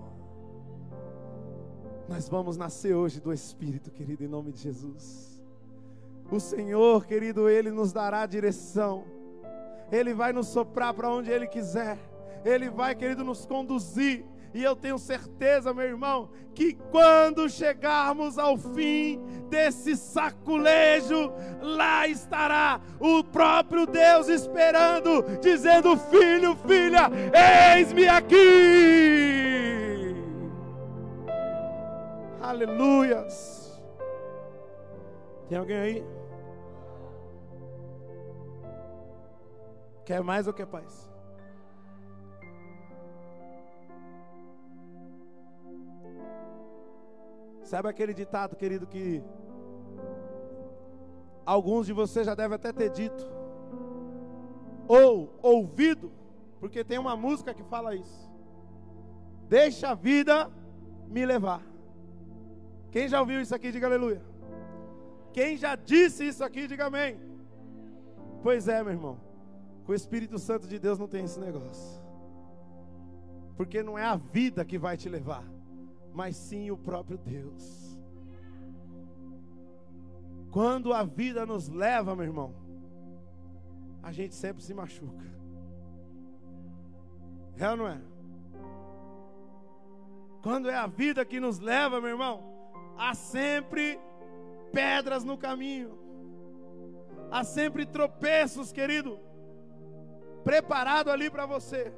Nós vamos nascer hoje do Espírito, querido, em nome de Jesus. O Senhor, querido, Ele nos dará direção. Ele vai nos soprar para onde Ele quiser. Ele vai, querido, nos conduzir. E eu tenho certeza, meu irmão, que quando chegarmos ao fim desse saculejo, lá estará o próprio Deus esperando, dizendo: filho, filha, eis-me aqui. Aleluias. Tem alguém aí? Quer mais ou quer paz? Sabe aquele ditado, querido, que alguns de vocês já devem até ter dito, ou ouvido, porque tem uma música que fala isso: deixa a vida me levar. Quem já ouviu isso aqui, diga aleluia. Quem já disse isso aqui, diga amém. Pois é, meu irmão, com o Espírito Santo de Deus não tem esse negócio, porque não é a vida que vai te levar, mas sim o próprio Deus. Quando a vida nos leva, meu irmão, a gente sempre se machuca. É ou não é? Quando é a vida que nos leva, meu irmão, há sempre pedras no caminho, há sempre tropeços, querido, preparado ali para você.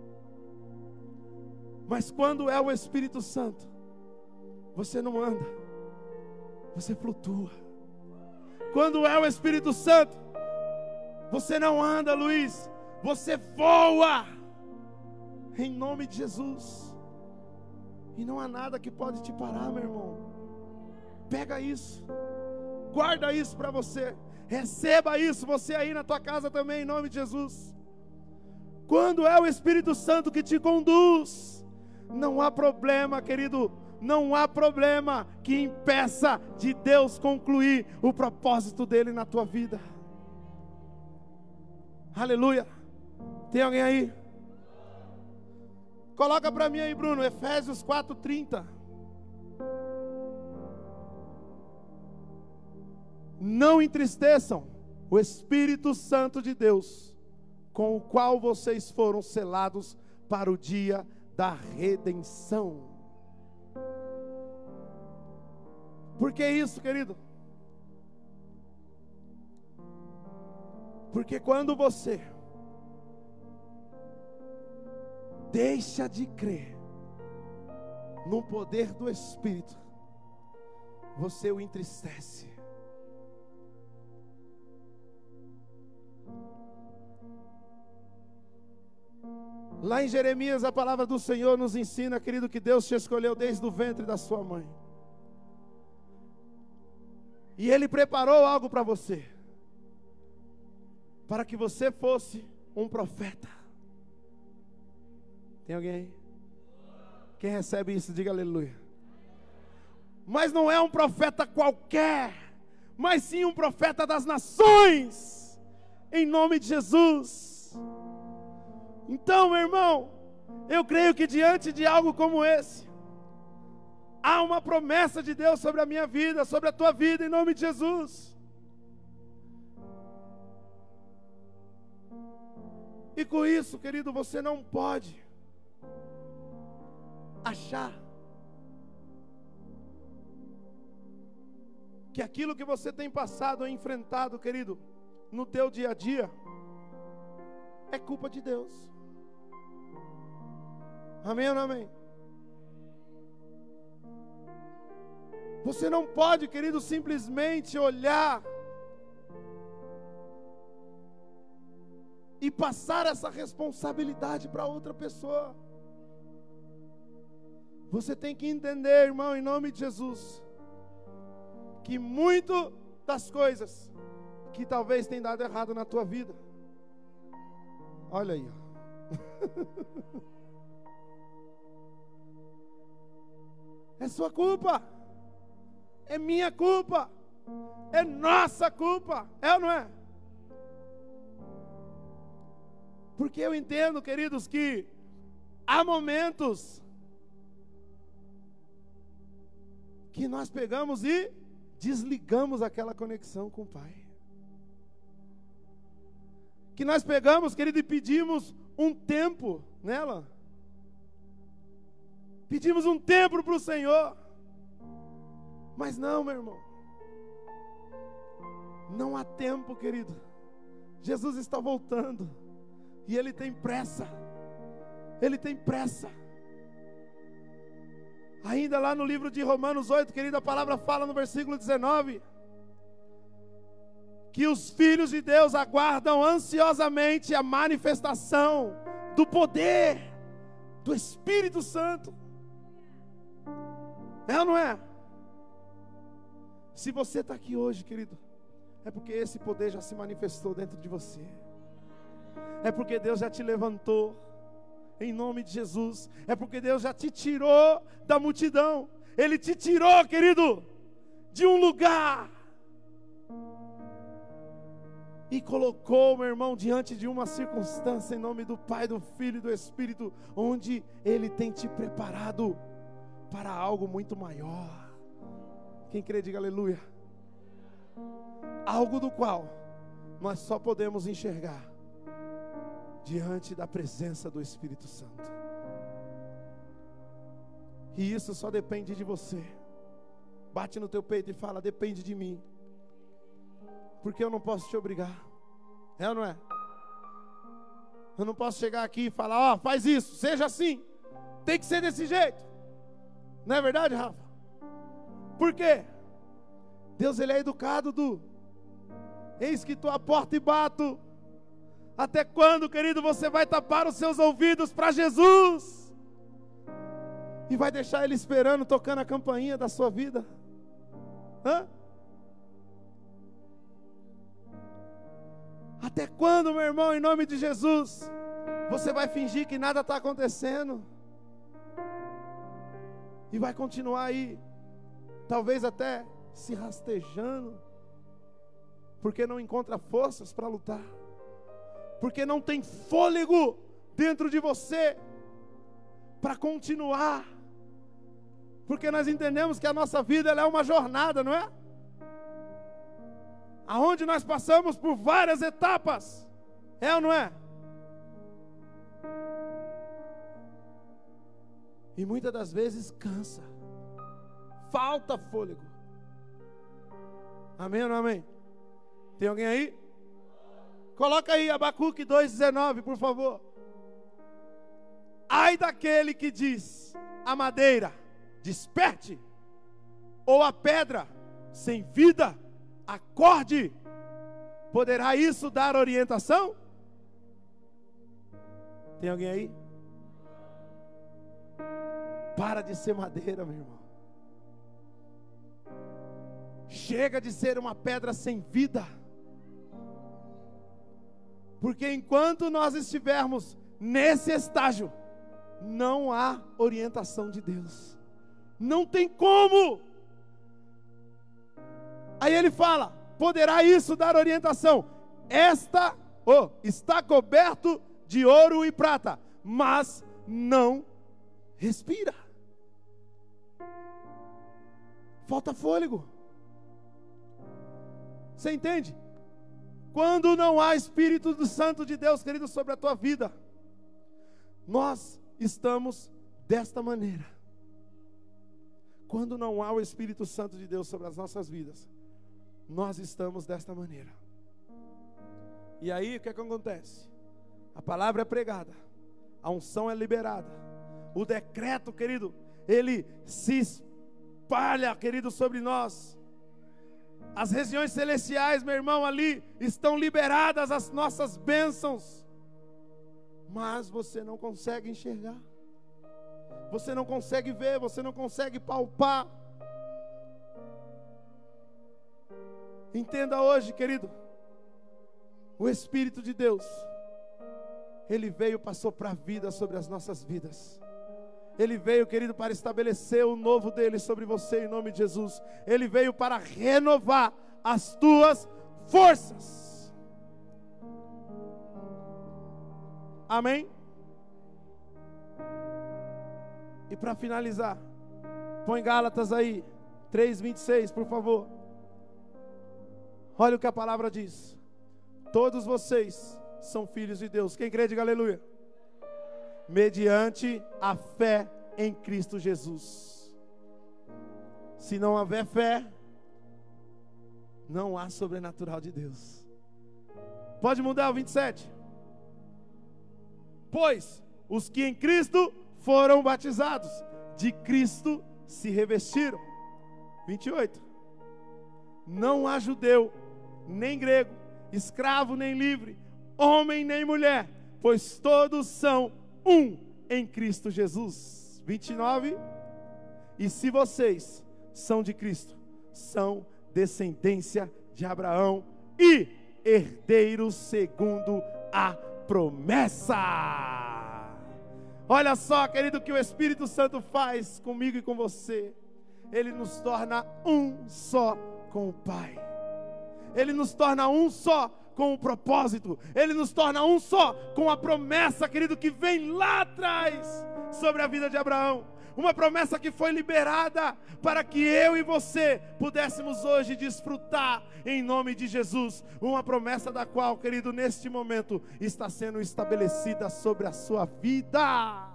Mas quando é o Espírito Santo, você não anda, você flutua. Quando é o Espírito Santo, você não anda, Luiz, você voa, em nome de Jesus. E não há nada que pode te parar, meu irmão. Pega isso, guarda isso para você, receba isso, você aí na tua casa também, em nome de Jesus. Quando é o Espírito Santo que te conduz, não há problema, querido, não há problema que impeça de Deus concluir o propósito dele na tua vida. Aleluia. Tem alguém aí? Coloca para mim aí, Bruno, Efésios 4:30. Não entristeçam o Espírito Santo de Deus, com o qual vocês foram selados para o dia da redenção. Por que isso, querido? Porque quando você deixa de crer no poder do Espírito, você o entristece. Lá em Jeremias, a palavra do Senhor nos ensina, querido, que Deus te escolheu desde o ventre da sua mãe. E Ele preparou algo para você, para que você fosse um profeta. Tem alguém aí? Quem recebe isso, diga aleluia. Mas não é um profeta qualquer, mas sim um profeta das nações, em nome de Jesus. Então, meu irmão, eu creio que diante de algo como esse, há uma promessa de Deus sobre a minha vida, sobre a tua vida, em nome de Jesus. E com isso, querido, você não pode achar que aquilo que você tem passado ou enfrentado, querido, no teu dia a dia, é culpa de Deus. Amém ou não amém? Você não pode, querido, simplesmente olhar e passar essa responsabilidade para outra pessoa. Você tem que entender, irmão, em nome de Jesus, que muito das coisas que talvez tenham dado errado na tua vida, olha aí, ó. É sua culpa, é minha culpa, é nossa culpa, é ou não é? Porque eu entendo, queridos, que há momentos que nós pegamos e desligamos aquela conexão com o Pai. Que nós pegamos, querido, e pedimos um tempo nela. Pedimos um templo para o Senhor. Mas não, meu irmão. Não há tempo, querido. Jesus está voltando. E Ele tem pressa. Ele tem pressa. Ainda lá no livro de Romanos 8, querida, a palavra fala no versículo 19. Que os filhos de Deus aguardam ansiosamente a manifestação do poder do Espírito Santo. É ou não é? Se você está aqui hoje, querido, é porque esse poder já se manifestou dentro de você. É porque Deus já te levantou, em nome de Jesus. É porque Deus já te tirou da multidão. Ele te tirou, querido, de um lugar e colocou, meu irmão, diante de uma circunstância, em nome do Pai, do Filho e do Espírito, onde Ele tem te preparado para algo muito maior. Quem crê, diga aleluia. Algo do qual nós só podemos enxergar diante da presença do Espírito Santo. E isso só depende de você. Bate no teu peito e fala: depende de mim. Porque eu não posso te obrigar. É ou não é? Eu não posso chegar aqui e falar: ó, faz isso, seja assim. Tem que ser desse jeito. Não é verdade, Rafa? Por quê? Deus, Ele é educado, eis que estou à porta e bato. Até quando, querido, você vai tapar os seus ouvidos para Jesus? E vai deixar Ele esperando, tocando a campainha da sua vida? Hã? Até quando, meu irmão, em nome de Jesus, você vai fingir que nada está acontecendo? E vai continuar aí, talvez até se rastejando, porque não encontra forças para lutar, porque não tem fôlego dentro de você para continuar, porque nós entendemos que a nossa vida ela é uma jornada, não é? Aonde nós passamos por várias etapas, é ou não é? E muitas das vezes cansa, falta fôlego. Amém ou não amém? Tem alguém aí? Coloca aí Abacuque 2,19, por favor. Ai daquele que diz a madeira, desperte, ou a pedra sem vida, acorde. Poderá isso dar orientação? Tem alguém aí? Para de ser madeira, meu irmão. Chega de ser uma pedra sem vida. Porque enquanto nós estivermos nesse estágio, não há orientação de Deus. Não tem como. Aí ele fala: poderá isso dar orientação? Está coberto de ouro e prata, mas não respira. Falta fôlego. Você entende? Quando não há Espírito do Santo de Deus, querido, sobre a tua vida, nós estamos desta maneira. Quando não há o Espírito Santo de Deus sobre as nossas vidas, nós estamos desta maneira. E aí o que acontece? A palavra é pregada, a unção é liberada, o decreto, querido, ele se espalha, querido, sobre nós. As regiões celestiais, meu irmão, ali estão liberadas as nossas bênçãos, mas você não consegue enxergar, você não consegue ver, você não consegue palpar. Entenda hoje, querido, o Espírito de Deus, Ele veio para soprar vida sobre as nossas vidas. Ele veio, querido, para estabelecer o novo dele sobre você, em nome de Jesus. Ele veio para renovar as tuas forças. Amém? E para finalizar, põe Gálatas aí, 3:26, por favor. Olha o que a palavra diz: todos vocês são filhos de Deus. Quem crê, diga aleluia. Mediante a fé em Cristo Jesus. Se não houver fé, não há sobrenatural de Deus. Pode mudar o 27. Pois os que em Cristo foram batizados, de Cristo se revestiram. 28. Não há judeu, nem grego, escravo nem livre, homem nem mulher, pois todos são um em Cristo Jesus. 29. E se vocês são de Cristo, são descendência de Abraão e herdeiros segundo a promessa. Olha só, querido, o que o Espírito Santo faz comigo e com você. Ele nos torna um só com o Pai. Ele nos torna um só com o propósito. Ele nos torna um só com a promessa, querido, que vem lá atrás sobre a vida de Abraão. Uma promessa que foi liberada para que eu e você pudéssemos hoje desfrutar em nome de Jesus. Uma promessa da qual, querido, neste momento está sendo estabelecida sobre a sua vida.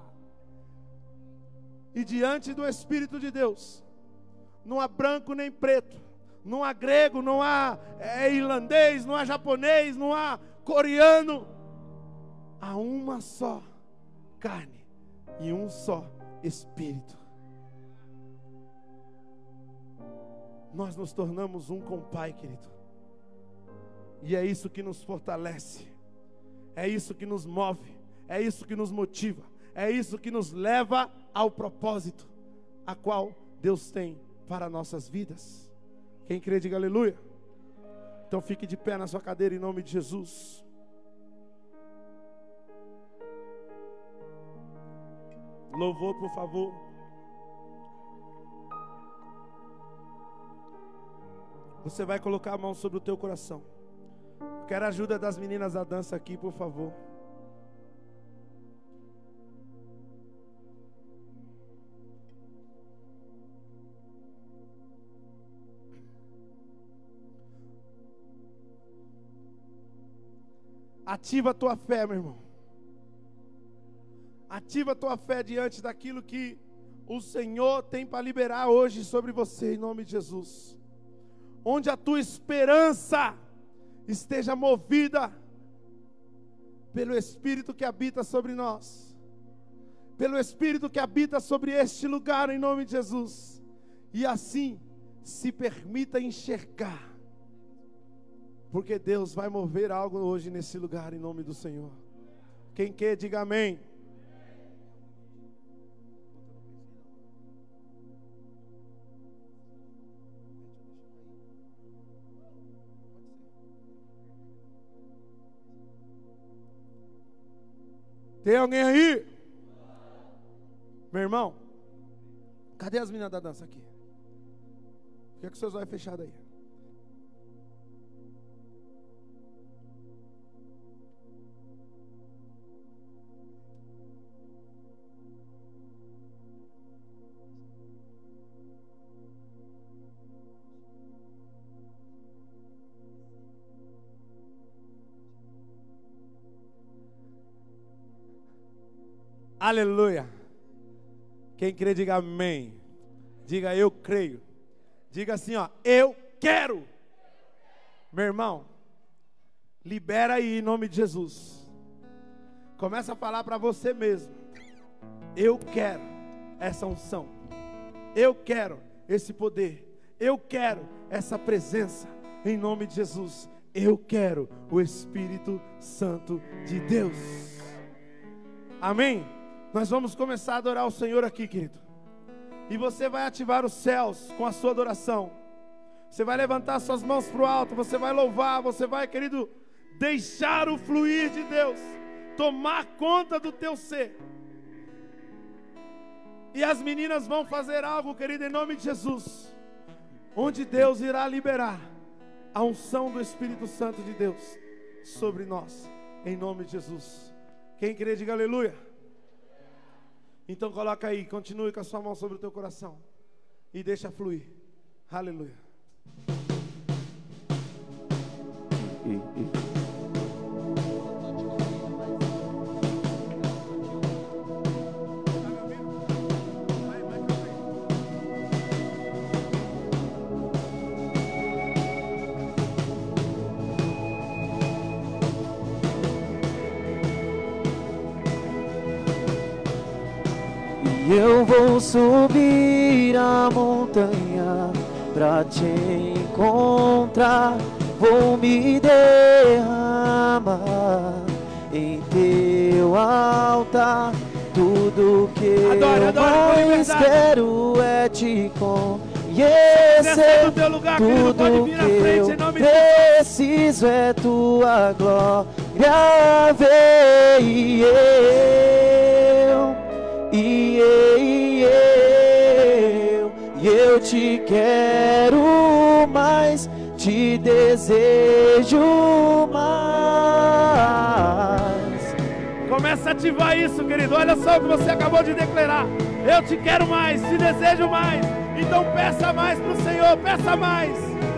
E diante do Espírito de Deus, não há branco nem preto, não há grego, não há irlandês, não há japonês, não há coreano. Há uma só carne e um só Espírito. Nós nos tornamos um com o Pai, querido. E é isso que nos fortalece. É isso que nos move. É isso que nos motiva. É isso que nos leva ao propósito a qual Deus tem para nossas vidas. Quem crê, diga aleluia. Então fique de pé na sua cadeira em nome de Jesus. Louvor, por favor. Você vai colocar a mão sobre o teu coração. Quero a ajuda das meninas da dança aqui, por favor. Ativa a tua fé, meu irmão. Ativa a tua fé diante daquilo que o Senhor tem para liberar hoje sobre você, em nome de Jesus. Onde a tua esperança esteja movida pelo Espírito que habita sobre nós, pelo Espírito que habita sobre este lugar, em nome de Jesus. E assim, se permita enxergar, porque Deus vai mover algo hoje nesse lugar, em nome do Senhor. Quem quer, diga amém. Tem alguém aí? Meu irmão, cadê as meninas da dança aqui? Fica com seus olhos fechados aí. Aleluia. Quem crê, diga amém. Diga eu creio. Diga assim, ó, eu quero. Meu irmão, libera aí em nome de Jesus. Começa a falar para você mesmo. Eu quero essa unção. Eu quero esse poder. Eu quero essa presença em nome de Jesus. Eu quero o Espírito Santo de Deus. Amém? Nós vamos começar a adorar o Senhor aqui, querido. E você vai ativar os céus com a sua adoração. Você vai levantar suas mãos para o alto. Você vai louvar. Você vai, querido, deixar o fluir de Deus tomar conta do teu ser. E as meninas vão fazer algo, querido, em nome de Jesus, onde Deus irá liberar a unção do Espírito Santo de Deus sobre nós, em nome de Jesus. Quem crê, diga aleluia. Então coloca aí, continue com a sua mão sobre o teu coração e deixa fluir. Aleluia. Eu vou subir a montanha pra te encontrar. Vou me derramar em teu altar. Tudo que eu mais quero é te conhecer. Tudo que eu preciso é tua glória ver. E eu te quero mais, te desejo mais. Começa a ativar isso, querido. Olha só o que você acabou de declarar. Eu te quero mais, te desejo mais. Então peça mais para o Senhor, peça mais.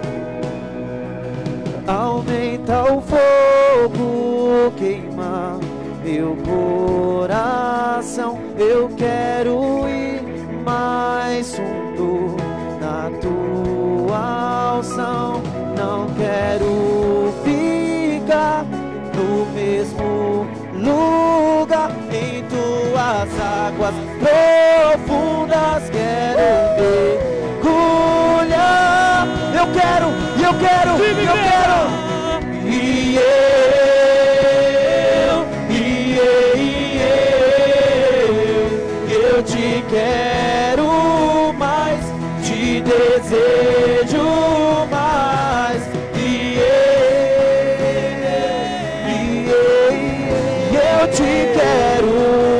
Aumenta o fogo, queima meu coração. Eu quero ir mais fundo na tua unção. Não quero ficar no mesmo lugar. Em tuas águas profundas quero mergulhar. Eu quero. Eu te quero mais, te desejo mais. Eu te quero,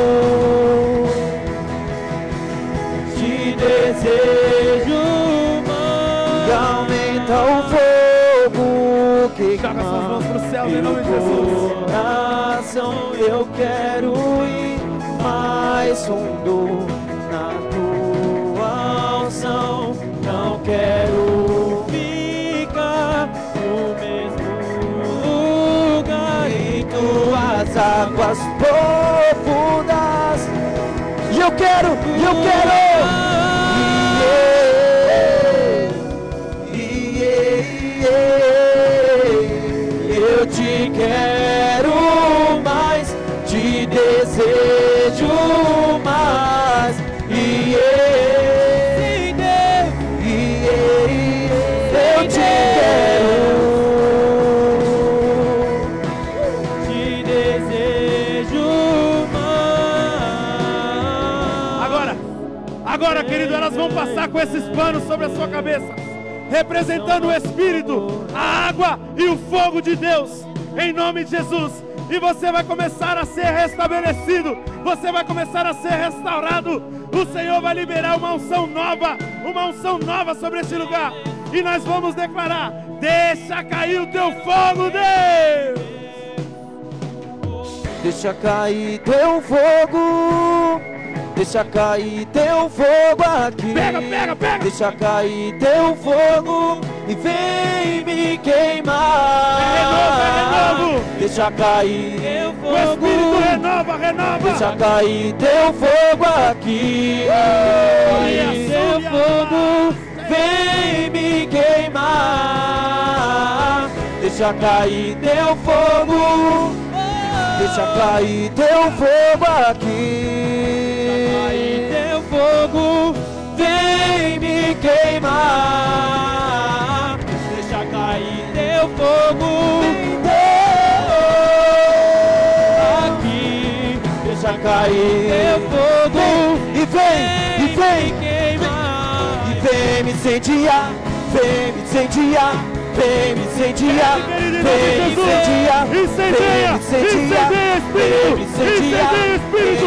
te desejo mais. E aumenta o fogo que joga suas mãos pro céu, em nome de Jesus. Eu quero ir mais fundo na tua unção. Não quero ficar no mesmo lugar. Em tuas águas profundas. E eu quero. Eu te quero mais, te desejo mais. Eu te quero, te desejo mais. Agora, querido, elas vão passar com esses panos sobre a sua cabeça, representando o Espírito, a água e o fogo de Deus, em nome de Jesus. E você vai começar a ser restabelecido, você vai começar a ser restaurado. O Senhor vai liberar uma unção nova sobre esse lugar. E nós vamos declarar: deixa cair o teu fogo, Deus. Deixa cair teu fogo. Deixa cair teu fogo aqui. Pega. Deixa cair teu fogo e vem me queimar. É renovo. Deixa cair teu fogo. O Espírito renova. Deixa cair teu fogo aqui. Teu fogo vem me queimar. Deixa cair teu fogo. Deixa cair teu fogo aqui. Teu fogo vem me queimar. Deixa cair teu fogo aqui. Deixa cair teu fogo e vem queimar. E vem me incendiar. Vem me incendiar. Vem me incendiar, vem me incendiar, incendeia Espírito,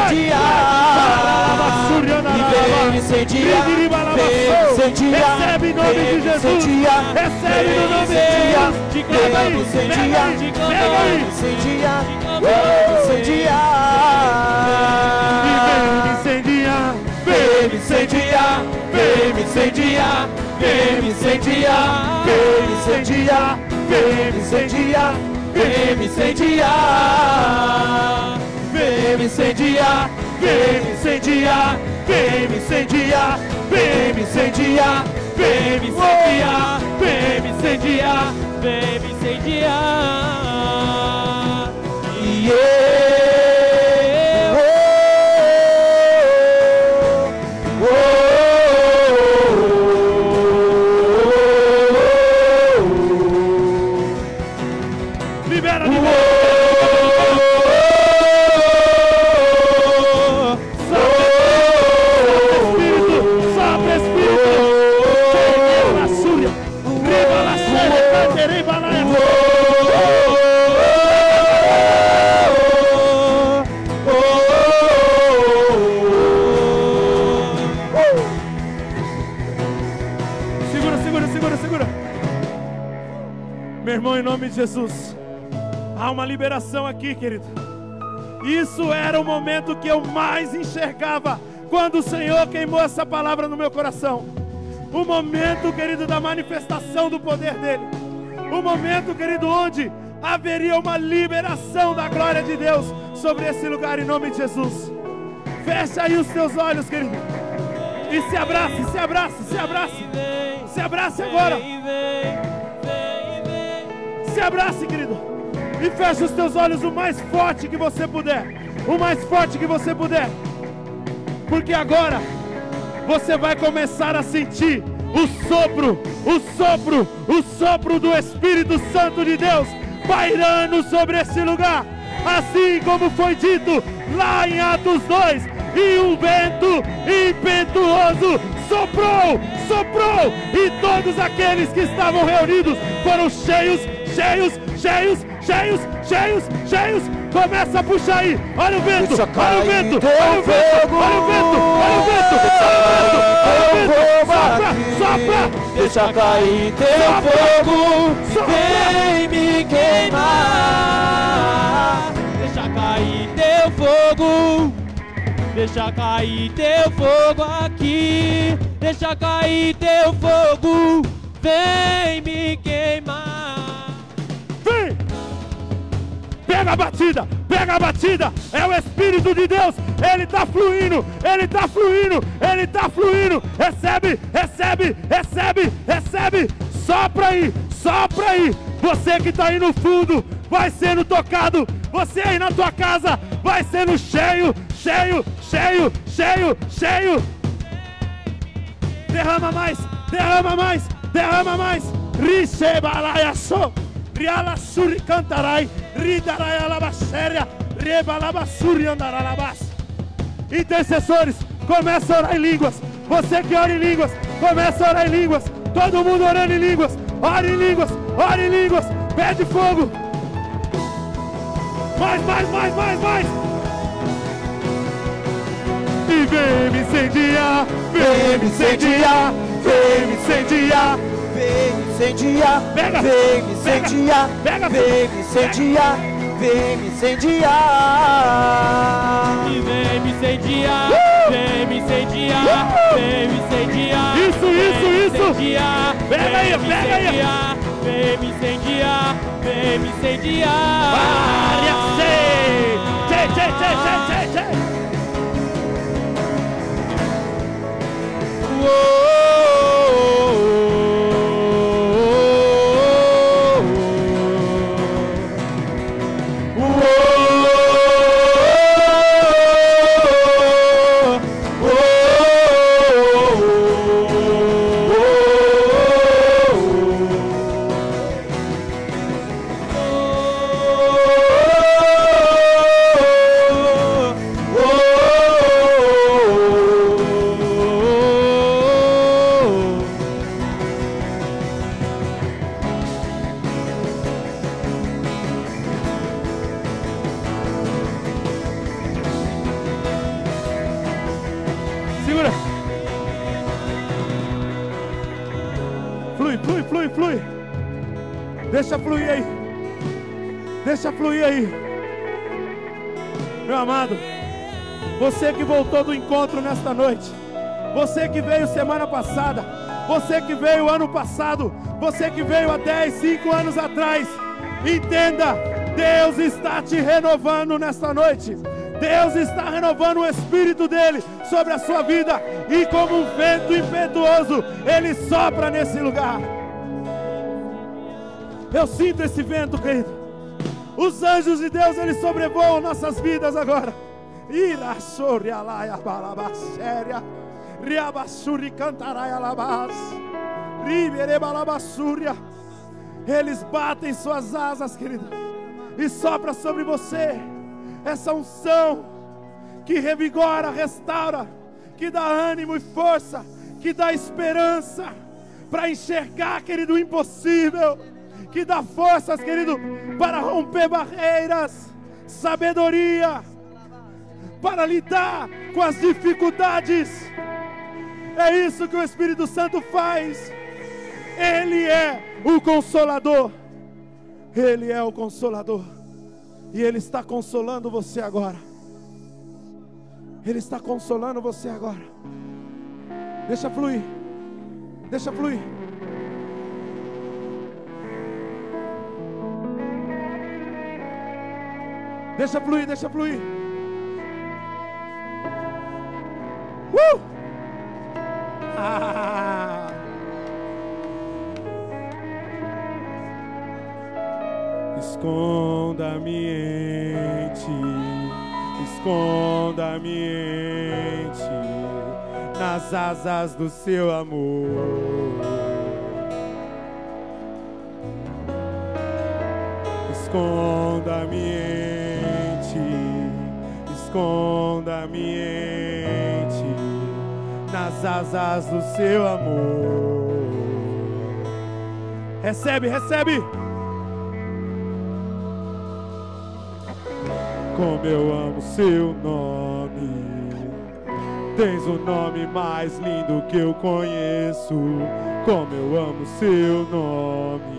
vem me incendiar, recebe em nome de Jesus, recebe no nome de Jesus, declara aí, pega aí, incendiar, vem me incendiar, vem me incendiar. Vem me incendiar, vem me incendiar, vem me incendiar, vem me incendiar, vem me incendiar, vem me incendiar, vem me incendiar, vem me incendiar, vem me incendiar, vem me incendiar, vem me incendiar. Segura. Meu irmão, em nome de Jesus, há uma liberação aqui, querido. Isso era o momento que eu mais enxergava quando o Senhor queimou essa palavra no meu coração. O momento, querido, da manifestação do poder dele. O momento, querido, onde haveria uma liberação da glória de Deus sobre esse lugar, em nome de Jesus. Fecha aí os teus olhos, querido, e se abrace, se abrace, se abrace. Se abrace agora. Se abrace, querido, e feche os teus olhos o mais forte que você puder. O mais forte que você puder. Porque agora você vai começar a sentir o sopro do Espírito Santo de Deus pairando sobre esse lugar. Assim como foi dito lá em Atos 2, e um vento impetuoso soprou, e todos aqueles que estavam reunidos foram cheios. Começa a puxar aí. Olha o vento, olha o vento, olha o vento, olha o vento, olha o vento, sopra. Deixa cair teu fogo, vem me queimar. Deixa cair teu fogo, deixa cair teu fogo aqui. Deixa cair teu fogo, vem me queimar. Vem! Pega a batida, é o Espírito de Deus, Ele está fluindo, recebe, sopra aí, você que está aí no fundo, vai sendo tocado, você aí na tua casa, vai sendo cheio, derrama mais, Richebalaiaçô, Rialassuri cantarai, Ridarai alabaxéria, Rebalabassuri andaralabás. Intercessores, começa a orar em línguas. Você que ora em línguas, começa a orar em línguas. Todo mundo orando em línguas. Ore em línguas. Pede fogo. Mais. E vem me incendiar. Vem me incendiar, pega, vem me incendiar, pega, vem me incendiar, vem me incendiar. E vem me incendiar, vem me incendiar, vem me incendiar. Isso. Pega aí. Vem me incendiar, vem me incendiar. Tchê. Flui. Deixa fluir aí. Meu amado, você que voltou do encontro nesta noite, você que veio semana passada, você que veio ano passado, você que veio há 10, 5 anos atrás, entenda, Deus está te renovando nesta noite. Deus está renovando o Espírito dele sobre a sua vida, e como um vento impetuoso, ele sopra nesse lugar. Eu sinto esse vento, querido. Os anjos de Deus, eles sobrevoam nossas vidas agora. Eles batem suas asas, querido, e sopra sobre você essa unção que revigora, restaura, que dá ânimo e força, que dá esperança para enxergar, querido, o impossível, que dá forças, querido, para romper barreiras, sabedoria, para lidar com as dificuldades. É isso que o Espírito Santo faz. Ele é o Consolador. Ele é o Consolador. E Ele está consolando você agora. Ele está consolando você agora. Deixa fluir. Deixa fluir. Deixa fluir, deixa fluir. Esconda-me em ti, esconda-me em ti, nas asas do seu amor. Esconda-me em ti, esconda-me em ti, nas asas do seu amor. Recebe, recebe. Como eu amo seu nome, tens o nome mais lindo que eu conheço. Como eu amo seu nome.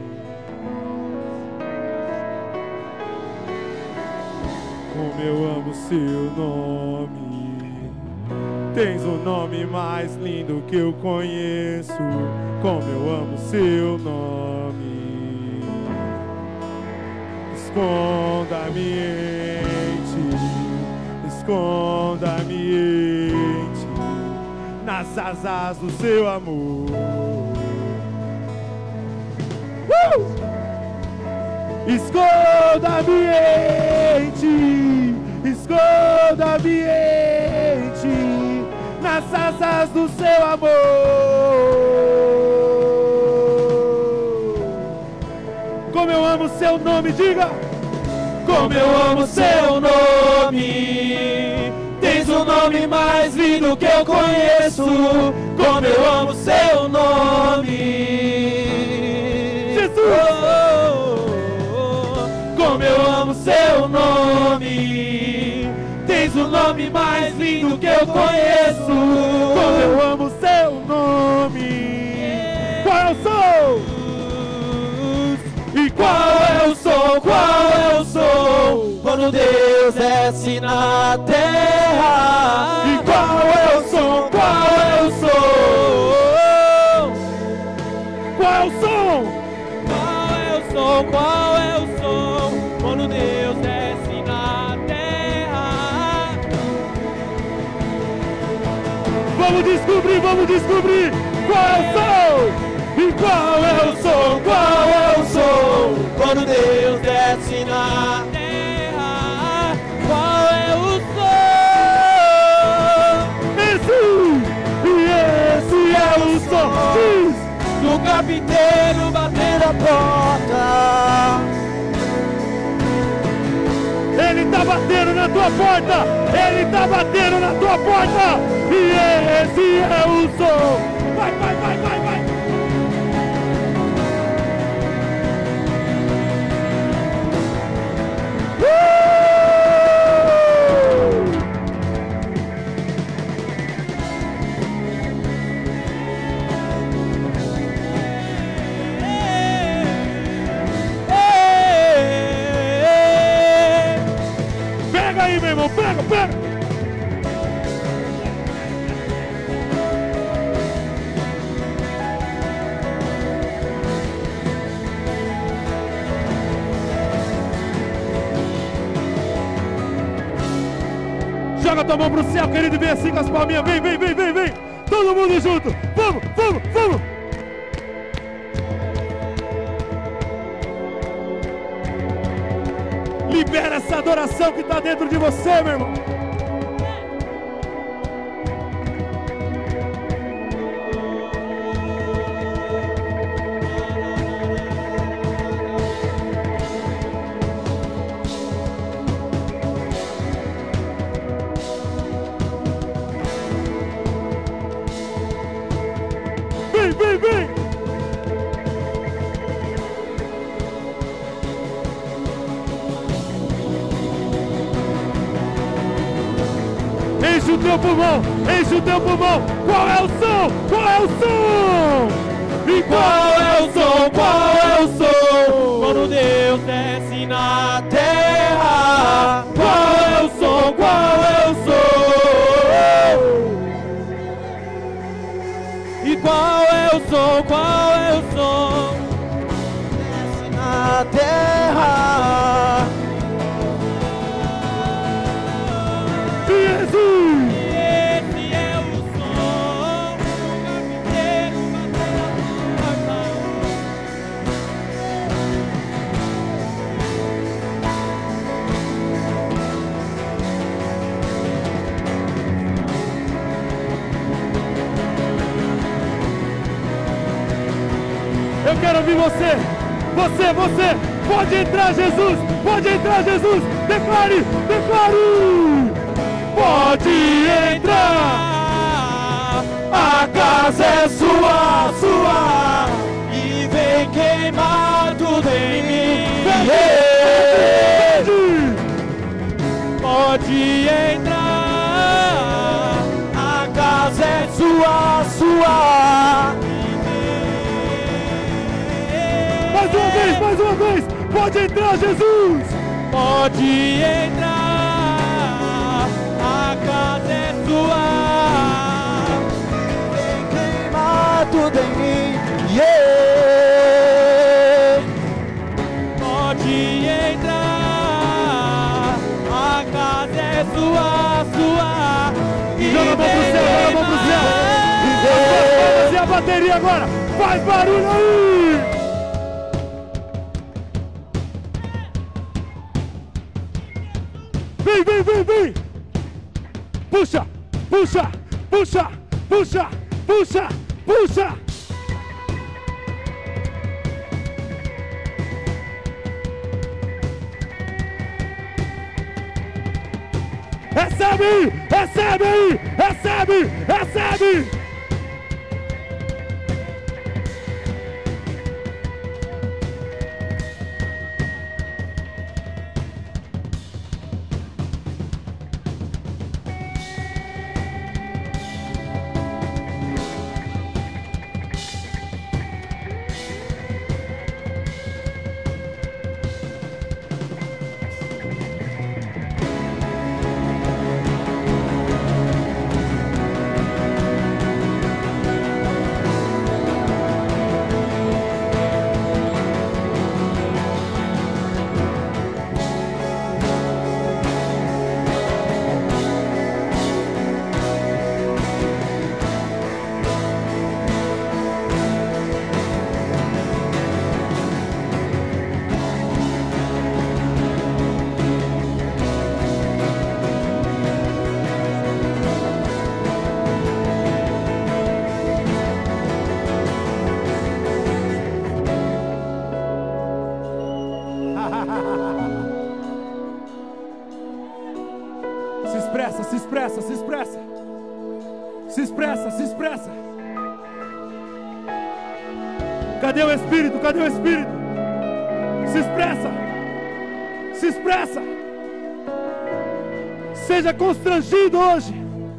Como eu amo seu nome, tens o nome mais lindo que eu conheço. Como eu amo seu nome. Esconda-me em ti, esconda-me em ti, nas asas do seu amor. Esconda-me em ti, esconda-me em ti, nas asas do seu amor. Como eu amo seu nome, diga! Como eu amo seu nome, tens o nome mais lindo que eu conheço. Como eu amo seu nome, Jesus! Como eu amo seu nome, tens o nome mais lindo que eu conheço. Como eu amo seu nome. Qual é o som? E qual é o som? Qual é o som? Quando Deus desce na terra. E qual é o som? Qual é o som? Qual é o som? Qual é o som? Qual é o som? Quando Deus desce na terra. Vamos descobrir qual é o som? E qual é o som? Qual é o som? Quando Deus desce na Terra. Qual é o som? Esse é o som. Diz. do carpinteiro batendo a porta. Ele tá batendo na tua porta. Ele tá batendo na tua porta. E esse é o som. Vai, vai, vai, vai, vai. Pega aí, meu irmão. Pega, pega. Joga tua mão pro céu, querido, e vem assim com as palminhas. Vem, vem, vem, vem, vem. Todo mundo junto. Vamos, vamos, vamos. Libera essa adoração que está dentro de você, meu irmão. Vem, vem, vem. Enche o teu pulmão, enche o teu pulmão. Qual é o som? Qual é o som? E Qual é o som? Qual é o som? Quando Deus desce na terra. Qual é o som? Qual é o som? E qual é o som? Qual é o som? Desce na terra. Jesus! Esse é o som do carpinteiro batendo a porta. Eu quero ouvir você. Você. Pode entrar, Jesus. Pode entrar, Jesus. Declare. Pode entrar. A casa é sua. E vem queimar tudo em mim. Pode entrar. A casa é sua. Mais uma vez. Pode entrar, Jesus. Pode entrar. A casa é sua. Vem queimar tudo em mim. Pode entrar. A casa é sua. E Joga a mão pro céu. E a bateria agora. Faz barulho aí. Vem. Puxa. Recebe aí. Se expressa. Cadê o Espírito? Se expressa. Seja constrangido hoje.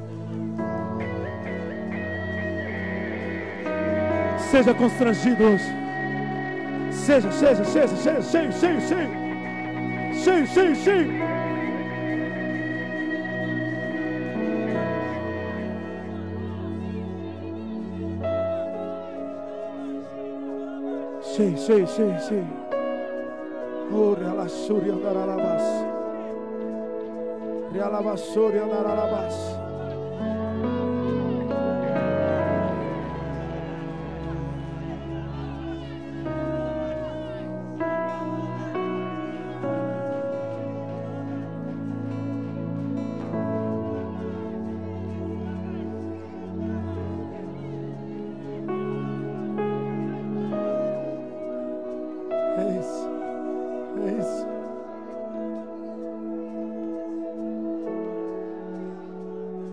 Seja constrangido hoje. Seja cheio. Cheio. Oh, realabasuri andaralabas. É isso.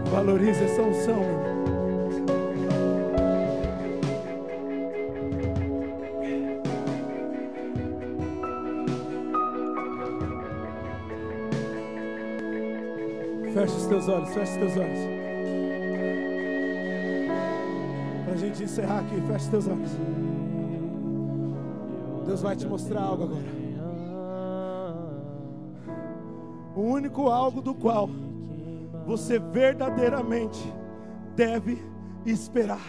Valorize essa unção, meu. Feche os teus olhos, feche os teus olhos. Para a gente encerrar aqui, feche os teus olhos. Deus vai te mostrar algo agora. O único algo do qual você verdadeiramente deve esperar.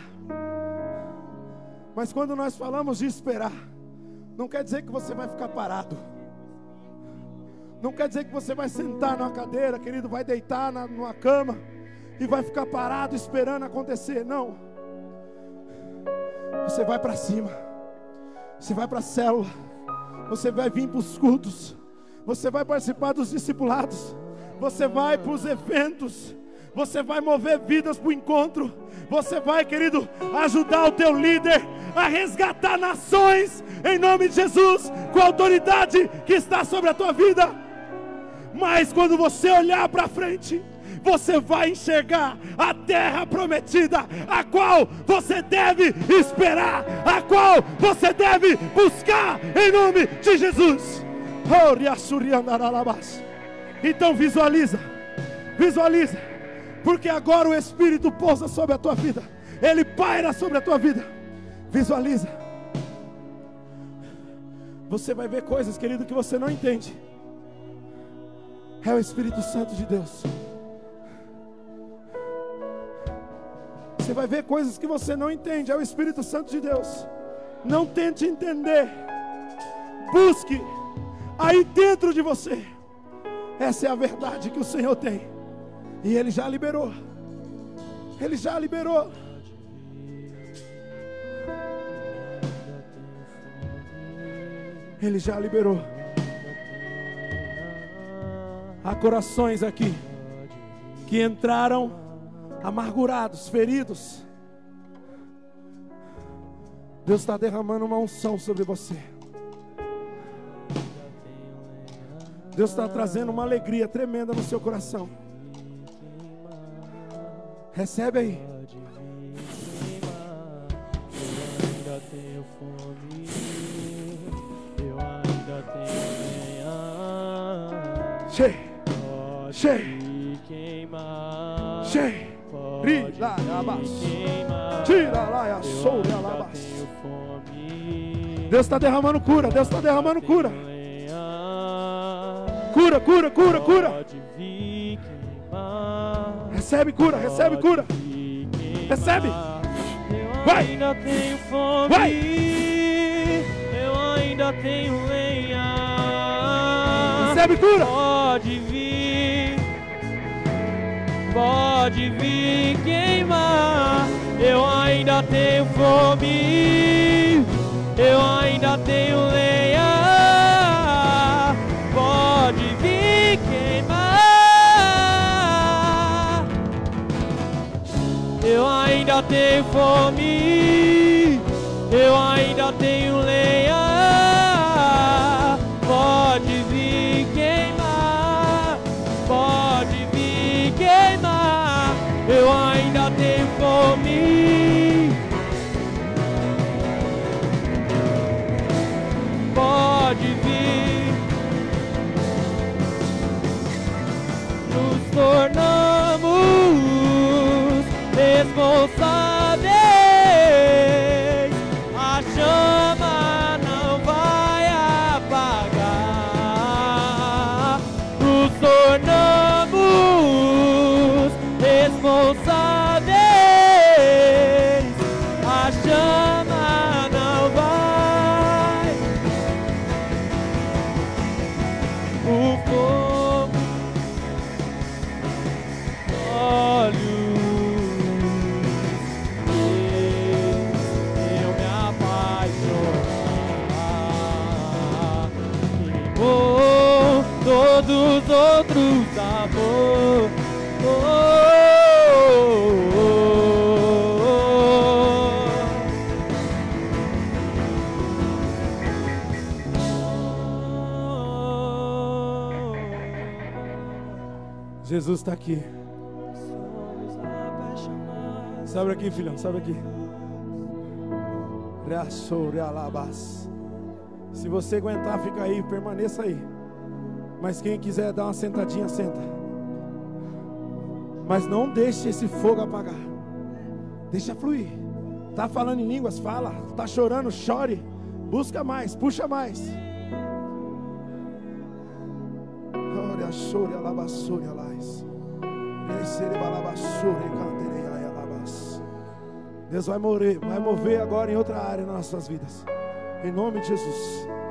Mas quando nós falamos de esperar, não quer dizer que você vai ficar parado. Não quer dizer que você vai sentar numa cadeira, querido, vai deitar numa cama e vai ficar parado esperando acontecer. Não. Você vai para cima. Você vai para a célula. Você vai vir para os cultos. Você vai participar dos discipulados. Você vai para os eventos. Você vai mover vidas para o encontro. Você vai, querido, ajudar o teu líder a resgatar nações em nome de Jesus, com a autoridade que está sobre a tua vida. Mas quando você olhar para frente, você vai enxergar a terra prometida, a qual você deve esperar, a qual você deve buscar em nome de Jesus. Então visualiza, porque agora o Espírito pousa sobre a tua vida, Ele paira sobre a tua vida. Visualiza. Você vai ver coisas, querido, que você não entende. É o Espírito Santo de Deus. Você vai ver coisas que você não entende. É o Espírito Santo de Deus. Não tente entender. Busque aí dentro de você. Essa é a verdade que o Senhor tem. E Ele já liberou. Ele já liberou. Ele já liberou. Há corações aqui que entraram amargurados, feridos. Deus está derramando uma unção sobre você. Deus está trazendo uma alegria tremenda no seu coração. Recebe aí. Cheio. Deus está derramando cura. Deus está derramando cura. Cura. Recebe cura. Recebe. Vai. Vai. Eu ainda tenho lenha. Recebe cura. Pode vir queimar. Eu ainda tenho fome. Eu ainda tenho lenha. Pode vir queimar. Eu ainda tenho fome. Eu ainda tenho lenha. Pode vir queimar. Pode vir queimar. Eu ainda tenho fome. Pode vir. Nos tornamos responsáveis. A chama não vai apagar. Nos tornamos responsáveis. A chama não vai. O fogo, olhos, eu me apaixonar. Queimou todos os outros amor. Jesus está aqui. Sobe aqui, filhão, sobe aqui. Se você aguentar, fica aí, permaneça aí. Mas quem quiser dar uma sentadinha, senta. Mas não deixe esse fogo apagar. Deixa fluir. Tá falando em línguas, fala. Tá chorando, chore. Busca mais, puxa mais. Deus vai mover agora em outra área nas nossas vidas. Em nome de Jesus.